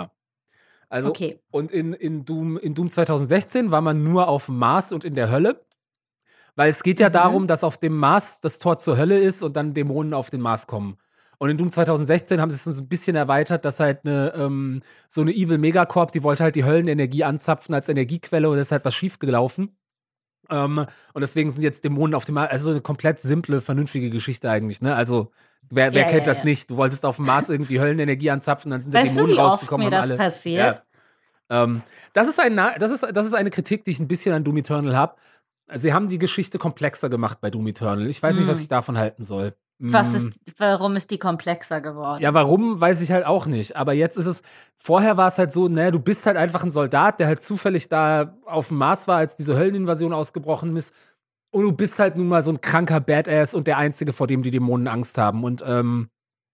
Also, Okay. und in, in, Doom, in Doom zwanzig sechzehn war man nur auf dem Mars und in der Hölle. Weil es geht ja Mhm. darum, dass auf dem Mars das Tor zur Hölle ist und dann Dämonen auf den Mars kommen. Und in Doom zwanzig sechzehn haben sie es so ein bisschen erweitert, dass halt eine, ähm, so eine Evil Megacorp, die wollte halt die Höllenenergie anzapfen als Energiequelle und es ist halt was schiefgelaufen. Ähm, und deswegen sind jetzt Dämonen auf dem Mars, also so eine komplett simple, vernünftige Geschichte eigentlich, ne? Also, wer, wer Ja, kennt ja, das ja. nicht? Du wolltest auf dem Mars irgendwie Höllenenergie anzapfen, dann sind da Weißt du, Dämonen wie oft rausgekommen. mir haben das alle, passiert? Ja. Ähm, das, ist ein, Na- das, ist, das ist eine Kritik, die ich ein bisschen an Doom Eternal habe. Sie haben die Geschichte komplexer gemacht bei Doom Eternal. Ich weiß nicht, was Hm. ich davon halten soll. Was Mm, ist, warum ist die komplexer geworden? Ja, warum, weiß ich halt auch nicht. Aber jetzt ist es, vorher war es halt so, ne, du bist halt einfach ein Soldat, der halt zufällig da auf dem Mars war, als diese Hölleninvasion ausgebrochen ist. Und du bist halt nun mal so ein kranker Badass und der Einzige, vor dem die Dämonen Angst haben. Und ähm,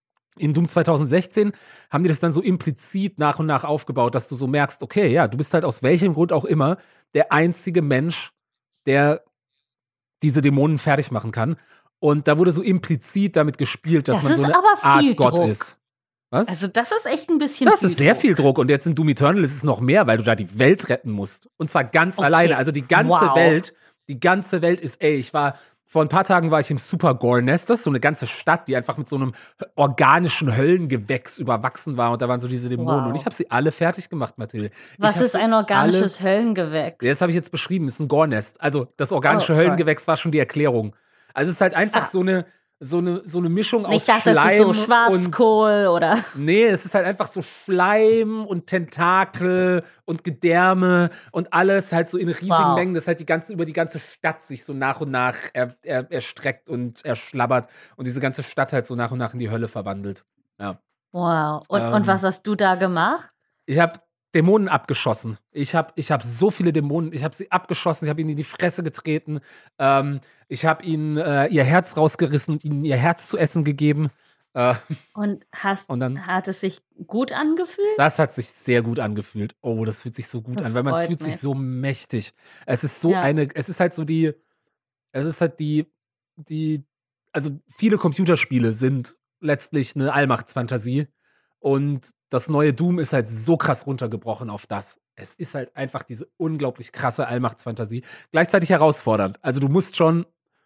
in Doom zwanzig sechzehn haben die das dann so implizit nach und nach aufgebaut, dass du so merkst, okay, ja, du bist halt aus welchem Grund auch immer der einzige Mensch, der diese Dämonen fertig machen kann. Und da wurde so implizit damit gespielt, dass Das man so ist eine aber viel Art Gott Druck. ist. Was? Also, das ist echt ein bisschen Das viel ist sehr Druck. viel Druck. Und jetzt in Doom Eternal ist es noch mehr, weil du da die Welt retten musst. Und zwar ganz Okay. alleine. Also die ganze Wow. Welt, die ganze Welt ist, ey, ich war, vor ein paar Tagen war ich im Super Gore Nest. Das ist so eine ganze Stadt, die einfach mit so einem organischen Höllengewächs überwachsen war. Und da waren so diese Dämonen. Wow. Und ich habe sie alle fertig gemacht, Mathilde. Ich Was hab ist sie ein organisches alle, Höllengewächs? Das habe ich jetzt beschrieben, ist ein Gore-Nest. Also das organische Oh, sorry. Höllengewächs war schon die Erklärung. Also es ist halt einfach Ah. so eine, so eine, so eine Mischung aus Ich dachte, Schleim das ist so und Schwarzkohl oder. Nee, es ist halt einfach so Schleim und Tentakel und Gedärme und alles halt so in riesigen Wow. Mengen, das halt die ganze, über die ganze Stadt sich so nach und nach er, er, erstreckt und erschlabbert und diese ganze Stadt halt so nach und nach in die Hölle verwandelt. Ja. Wow. Und, Ähm. und was hast du da gemacht? Ich habe Dämonen abgeschossen. Ich habe ich hab so viele Dämonen, ich habe sie abgeschossen, ich habe ihnen in die Fresse getreten, ähm, ich habe ihnen äh, ihr Herz rausgerissen und ihnen ihr Herz zu essen gegeben. Äh, Und hast, und dann hat es sich gut angefühlt? Das hat sich sehr gut angefühlt. Oh, das fühlt sich so gut Das an, weil man freut fühlt sich mich. so mächtig. Es ist so Ja. eine, es ist halt so die, es ist halt die, die, also viele Computerspiele sind letztlich eine Allmachtsfantasie und das neue Doom ist halt so krass runtergebrochen auf das. Es ist halt einfach diese unglaublich krasse Allmachtsfantasie. Gleichzeitig herausfordernd. Also du musst schon,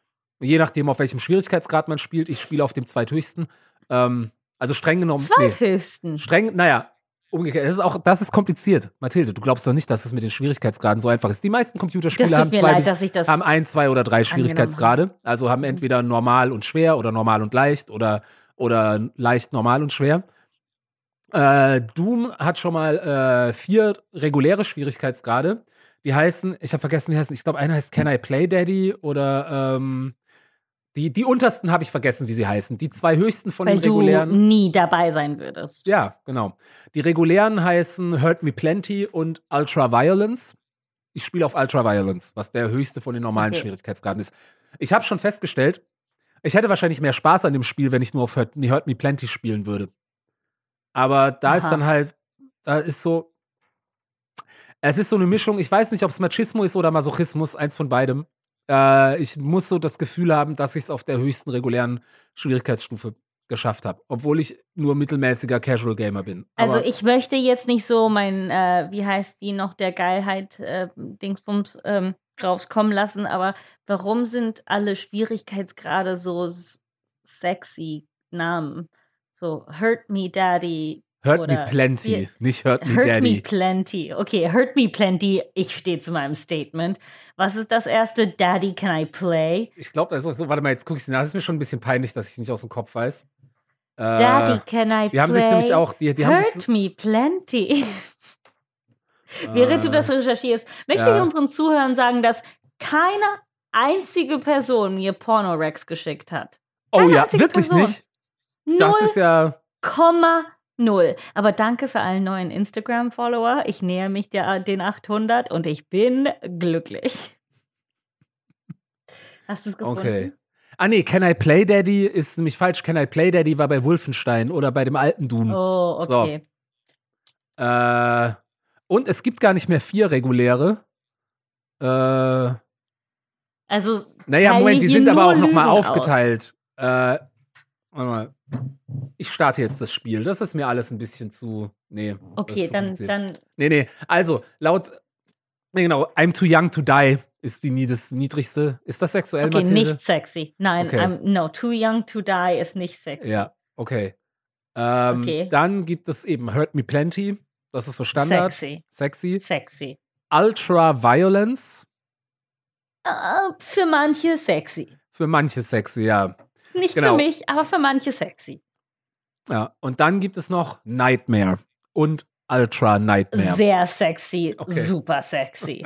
je nachdem auf welchem Schwierigkeitsgrad man spielt, ich spiele auf dem zweithöchsten, ähm, also streng genommen, nee, Zweithöchsten. streng, naja, umgekehrt. Das ist auch, das ist kompliziert. Mathilde, du glaubst doch nicht, dass das mit den Schwierigkeitsgraden so einfach ist. Die meisten Computerspiele Das haben tut mir zwei leid, bis, dass ich das haben ein, zwei oder drei angenommen Schwierigkeitsgrade. Also haben Mhm. entweder normal und schwer oder normal und leicht oder, oder leicht, normal und schwer. Äh, Doom hat schon mal äh, vier reguläre Schwierigkeitsgrade. Die heißen, ich habe vergessen, wie heißen. Ich glaube, einer heißt Can I Play Daddy oder ähm, die, die untersten habe ich vergessen, wie sie heißen. Die zwei höchsten von Weil den regulären. du nie dabei sein würdest. Ja, genau. Die regulären heißen Hurt Me Plenty und Ultra Violence. Ich spiele auf Ultra Violence, was der höchste von den normalen Okay. Schwierigkeitsgraden ist. Ich habe schon festgestellt, ich hätte wahrscheinlich mehr Spaß an dem Spiel, wenn ich nur auf Hurt Me, Hurt Me Plenty spielen würde. Aber da Aha. ist dann halt, da ist so, es ist so eine Mischung, ich weiß nicht, ob es Machismo ist oder Masochismus, eins von beidem. Äh, ich muss so das Gefühl haben, dass ich es auf der höchsten regulären Schwierigkeitsstufe geschafft habe, obwohl ich nur mittelmäßiger Casual Gamer bin. Also Aber ich möchte jetzt nicht so mein, äh, wie heißt die noch, der Geilheit äh, Dingsbums ähm, rauskommen lassen, aber warum sind alle Schwierigkeitsgrade so s- sexy Namen? So Hurt Me Daddy Hurt oder Me Plenty, wie- nicht Hurt Me Hurt Daddy. Me Plenty. Okay, Hurt Me Plenty, ich stehe zu meinem Statement. Was ist das erste? Daddy, can I play? Ich glaube, das ist auch so, warte mal, jetzt gucke ich sie nach. Das ist mir schon ein bisschen peinlich, dass ich nicht aus dem Kopf weiß. Äh, Daddy, can I die play? haben sich nämlich auch, die, die haben Hurt sich, Me Plenty. Während du das recherchierst, möchte ja. ich unseren Zuhörern sagen, dass keine einzige Person mir Pornorex geschickt hat. Oh Keine ja, einzige wirklich Person. nicht? Das ist ja, null Komma null. Aber danke für allen neuen Instagram-Follower. Ich näher mich der, den achthundert und ich bin glücklich. Hast du es gefunden? okay. Ah nee, Can I Play Daddy ist nämlich falsch. Can I Play Daddy war bei Wolfenstein oder bei dem alten Doom. Oh, okay. So. Äh, und es gibt gar nicht mehr vier reguläre. Äh, Also, naja, teil Moment, mir die hier sind aber nur auch nochmal Lügen aus. aufgeteilt. Äh, warte mal. Ich starte jetzt das Spiel. Das ist mir alles ein bisschen zu. Nee. das Okay, ist zu dann, kompliziert. dann Nee, nee. Also, laut. Nee, genau. I'm too young to die ist die nie- das niedrigste. Ist das sexuell, okay, Mathilde? nicht sexy. Nein, Okay. I'm, no, too young to die ist nicht sexy. Ja, okay. Ähm, Okay. Dann gibt es eben Hurt Me Plenty. Das ist so Standard. Sexy. Sexy. Sexy. Ultra Violence. Äh, für manche sexy. Für manche sexy, ja. Nicht Genau. für mich, aber für manche sexy. ja. Und dann gibt es noch Nightmare und Ultra Nightmare. Sehr sexy, Okay. super sexy.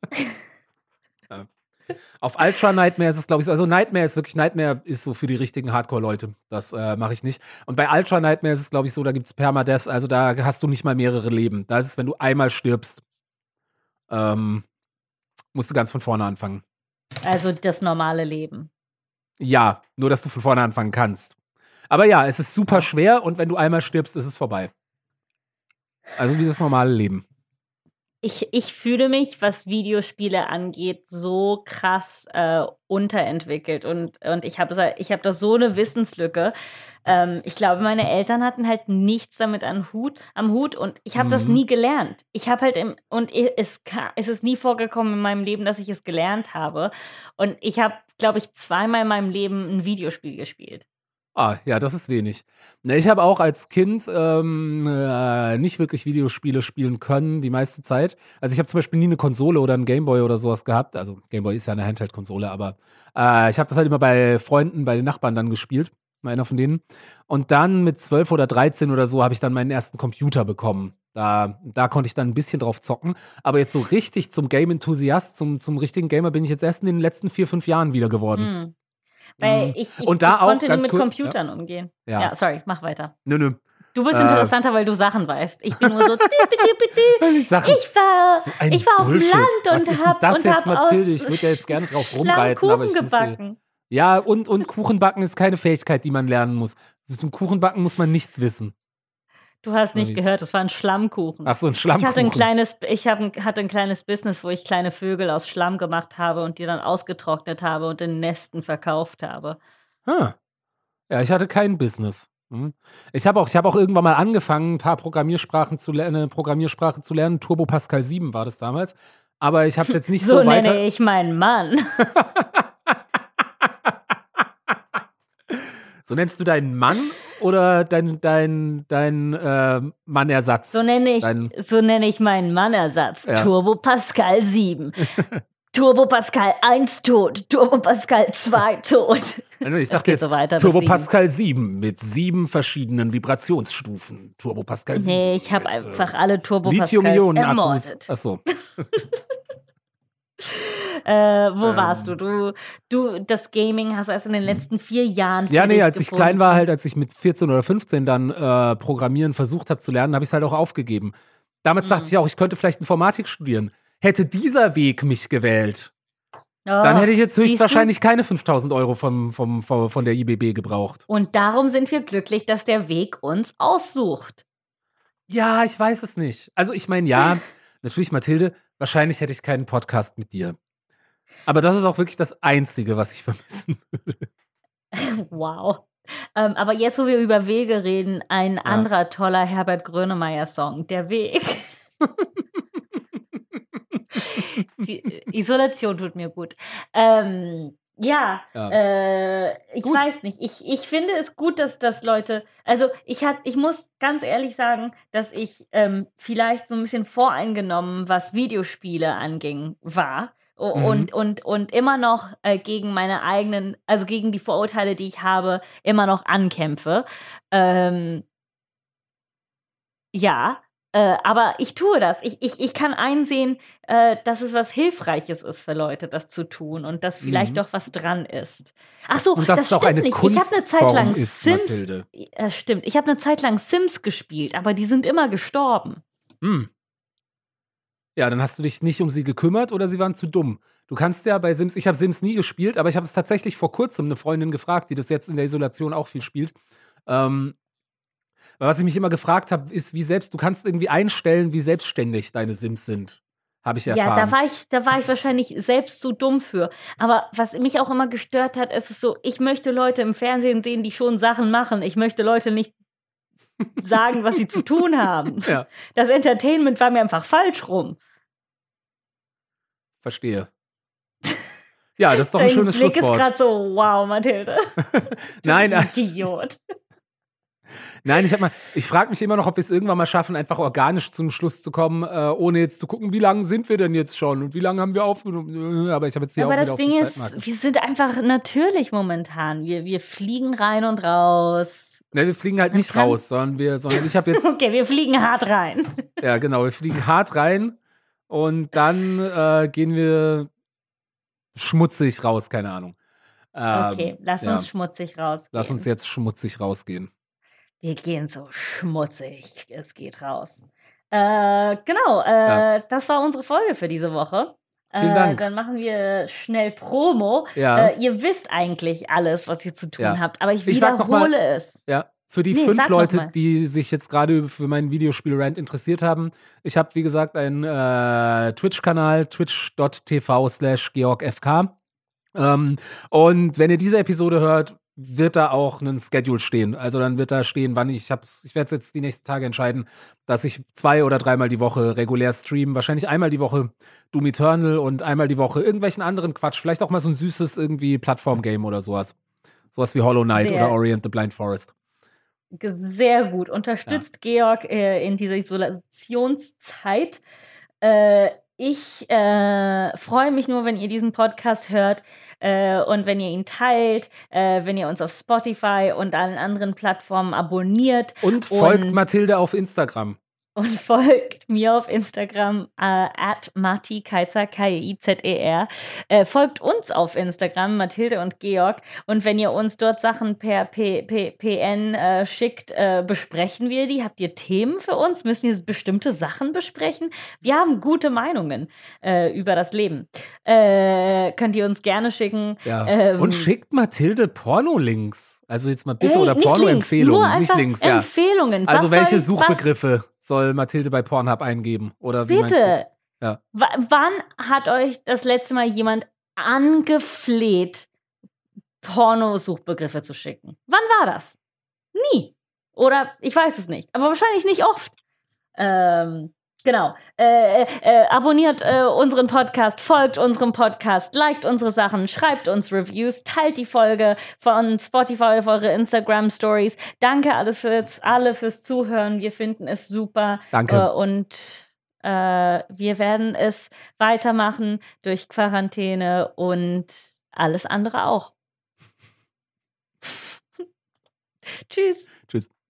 Auf Ultra Nightmare ist es, glaube ich, so. Also Nightmare ist wirklich, Nightmare ist so für die richtigen Hardcore-Leute. Das äh, mache ich nicht. Und bei Ultra Nightmare ist es, glaube ich, so, da gibt es Permadeath, also da hast du nicht mal mehrere Leben. Da ist es, wenn du einmal stirbst, ähm, musst du ganz von vorne anfangen. Also das normale Leben. Ja, nur dass du von vorne anfangen kannst. Aber ja, es ist super schwer und wenn du einmal stirbst, ist es vorbei. Also wie das normale Leben. Ich, ich fühle mich, was Videospiele angeht, so krass äh, unterentwickelt. Und, und ich habe ich hab da so eine Wissenslücke. Ähm, ich glaube, meine Eltern hatten halt nichts damit am Hut, am Hut und ich habe das Mhm. nie gelernt. Ich habe halt im, und es, ka- es ist nie vorgekommen in meinem Leben, dass ich es gelernt habe. Und ich habe, glaube ich, zweimal in meinem Leben ein Videospiel gespielt. Ah, ja, das ist wenig. Ne, ich habe auch als Kind ähm, äh, nicht wirklich Videospiele spielen können, die meiste Zeit. Also ich habe zum Beispiel nie eine Konsole oder einen Gameboy oder sowas gehabt. Also Gameboy ist ja eine Handheld-Konsole, aber äh, ich habe das halt immer bei Freunden, bei den Nachbarn dann gespielt. Einer von denen. Und dann mit zwölf oder dreizehn oder so habe ich dann meinen ersten Computer bekommen. Da, da konnte ich dann ein bisschen drauf zocken. Aber jetzt so richtig zum Game-Enthusiast, zum, zum richtigen Gamer bin ich jetzt erst in den letzten vier, fünf Jahren wieder geworden. Hm. Weil Mhm. ich, ich, Und da ich auch konnte nie ganz mit cool- Computern umgehen. Ja. Ja, sorry, mach weiter. Nö, nö. Du bist Äh. interessanter, weil du Sachen weißt. Ich bin nur so, dü, dü, dü, dü. Sachen. ich war, So ein ich war auf dem Bullshit. Land Was und ist denn hab, das und jetzt, hab Mathilde? aus Ich würde ja jetzt gerne drauf Schlamm rumreiten, aber Kuchen ich müsste- gebacken. Ja, und, und Kuchenbacken ist keine Fähigkeit, die man lernen muss. Zum Kuchenbacken muss man nichts wissen. Du hast nicht Wie? gehört, es war ein Schlammkuchen. Ach so, ein ich Schlammkuchen. hatte ein kleines, ich hab, ein- hatte ein kleines Business, wo ich kleine Vögel aus Schlamm gemacht habe und die dann ausgetrocknet habe und in Nesten verkauft habe. Ah. Ja, ich hatte kein Business. Hm. Ich habe auch, ich hab auch irgendwann mal angefangen, ein paar Programmiersprachen zu lernen, eine Programmiersprache zu lernen. Turbo Pascal sieben war das damals. Aber ich habe es jetzt nicht so, So weiter. nenne ich meinen Mann. So nennst du deinen Mann oder dein, dein, dein äh, Mannersatz? So nenne ich, Dein- so nenne ich meinen Mannersatz. Ja. Turbo Pascal sieben. Turbo Pascal eins tot, Turbo Pascal zwei tot. Also ich Es dachte geht jetzt so weiter bis Turbo sieben. Pascal sieben mit sieben verschiedenen Vibrationsstufen. Turbo Pascal sieben. Nee, ich habe mit, einfach äh, alle Turbo Pascals Lithium-Ionen-Akkus. ermordet. Achso. Äh, wo Ähm. warst du? du? Du, das Gaming hast du erst in den letzten vier Jahren für Ja, nee, dich als ich gefunden. klein war, halt, als ich mit vierzehn oder fünfzehn dann äh, Programmieren versucht habe zu lernen, habe ich es halt auch aufgegeben. Damals Mhm. dachte ich auch, ich könnte vielleicht Informatik studieren. Hätte dieser Weg mich gewählt, Oh, dann hätte ich jetzt siehst du? höchstwahrscheinlich keine fünftausend Euro vom, vom, vom, von der I B B gebraucht. Und darum sind wir glücklich, dass der Weg uns aussucht. Ja, ich weiß es nicht. Also ich meine, ja, natürlich, Mathilde, wahrscheinlich hätte ich keinen Podcast mit dir. Aber das ist auch wirklich das Einzige, was ich vermissen würde. Wow. Ähm, aber jetzt, wo wir über Wege reden, ein anderer toller Herbert Grönemeyer-Song, Der Weg. Die Isolation tut mir gut. Ähm, ja, Ja. äh, ich Gut. weiß nicht. Ich, ich finde es gut, dass das Leute, also ich hat, ich muss ganz ehrlich sagen, dass ich ähm, vielleicht so ein bisschen voreingenommen, was Videospiele anging, war. O- Mhm. Und, und, und immer noch äh, gegen meine eigenen, also gegen die Vorurteile, die ich habe, immer noch ankämpfe. Ähm, ja, äh, aber ich tue das. Ich, ich, ich kann einsehen, äh, dass es was Hilfreiches ist für Leute, das zu tun und dass vielleicht Mhm. doch was dran ist. Ach so, Und dass das es auch stimmt eine nicht. Ich habe eine Zeit Kunstform lang ist, Sims. Mathilde. Ja, stimmt. Ich habe eine Zeit lang Sims gespielt, aber die sind immer gestorben. Hm. Ja, dann hast du dich nicht um sie gekümmert oder sie waren zu dumm. Du kannst ja bei Sims, ich habe Sims nie gespielt, aber ich habe es tatsächlich vor kurzem eine Freundin gefragt, die das jetzt in der Isolation auch viel spielt. Ähm, weil was ich mich immer gefragt habe, ist, wie selbst, du kannst irgendwie einstellen, wie selbstständig deine Sims sind. Habe ich erfahren. Ja, da war ich, da war ich wahrscheinlich selbst zu dumm für. Aber was mich auch immer gestört hat, ist es so, ich möchte Leute im Fernsehen sehen, die schon Sachen machen. Ich möchte Leute nicht sagen, was sie zu tun haben. Ja, Das Entertainment war mir einfach falsch rum. verstehe. Ja, das ist doch ein Dein schönes Blick ist Schlusswort. gerade so, wow, Mathilde. Du Nein, äh, Idiot. Nein, ich hab mal, ich frage mich immer noch, ob wir es irgendwann mal schaffen, einfach organisch zum Schluss zu kommen, äh, ohne jetzt zu gucken, wie lange sind wir denn jetzt schon und wie lange haben wir aufgenommen. Aber ich habe jetzt hier Aber auch wieder das auf Ding die ist, Zeitmarke. wir sind einfach natürlich momentan. Wir, wir fliegen rein und raus. Ne, wir fliegen halt Man nicht kann- raus, sondern wir, sondern ich habe jetzt, Okay, wir fliegen hart rein. ja genau, wir fliegen hart rein und dann äh, gehen wir schmutzig raus, keine Ahnung. Ähm, Okay, lass ja, uns schmutzig rausgehen. lass uns jetzt schmutzig rausgehen. Wir gehen so schmutzig. Es geht raus. Äh, genau, äh, das war unsere Folge für diese Woche. Vielen Äh, Dank. Dann machen wir schnell Promo. Ja. Äh, ihr wisst eigentlich alles, was ihr zu tun Ja. habt, aber ich Ich sag noch mal- wiederhole es. Ja, für die Nee, fünf sag noch Leute, mal. die sich jetzt gerade für meinen Videospiel-Rant interessiert haben, ich habe, wie gesagt, einen äh, Twitch-Kanal, twitch.tv slash georgfk. Ähm, und wenn ihr diese Episode hört, wird da auch ein Schedule stehen. Also dann wird da stehen, wann ich habe, ich werde jetzt die nächsten Tage entscheiden, dass ich zwei oder dreimal die Woche regulär streame. Wahrscheinlich einmal die Woche Doom Eternal und einmal die Woche irgendwelchen anderen Quatsch. Vielleicht auch mal so ein süßes irgendwie Plattform-Game oder sowas. Sowas wie Hollow Knight Sehr. oder Orient the Blind Forest. Ge- Sehr gut. Unterstützt Georg äh, in dieser Isolationszeit. Äh, ich äh, freue mich nur, wenn ihr diesen Podcast hört äh, und wenn ihr ihn teilt, äh, wenn ihr uns auf Spotify und allen anderen Plattformen abonniert Und folgt Und- Mathilde auf Instagram. und folgt mir auf Instagram äh, at Marti Keizer, K E I Z E R. Äh, folgt uns auf Instagram, Mathilde und Georg. Und wenn ihr uns dort Sachen per P P P N äh, schickt, äh, besprechen wir die. Habt ihr Themen für uns? Müssen wir bestimmte Sachen besprechen? Wir haben gute Meinungen äh, über das Leben. Äh, könnt ihr uns gerne schicken. Ja. Ähm, Und schickt Mathilde Pornolinks. Also jetzt mal bitte, Hey, oder nicht Links, Pornoempfehlungen. nur Nicht einfach Links, ja. Empfehlungen. Also Was welche soll, was, Suchbegriffe soll Mathilde bei Pornhub eingeben? Oder wie meinst Bitte. Ja. W wann hat euch das letzte Mal jemand angefleht, Pornosuchbegriffe zu schicken? Wann war das? Nie. Oder ich weiß es nicht. Aber wahrscheinlich nicht oft. Ähm, genau. Äh, äh, abonniert äh, unseren Podcast, folgt unserem Podcast, liked unsere Sachen, schreibt uns Reviews, teilt die Folge von Spotify auf eure Instagram-Stories. Danke alles fürs, alle fürs Zuhören. Wir finden es super. Danke. Äh, und Äh, wir werden es weitermachen durch Quarantäne und alles andere auch. Tschüss. Tschüss.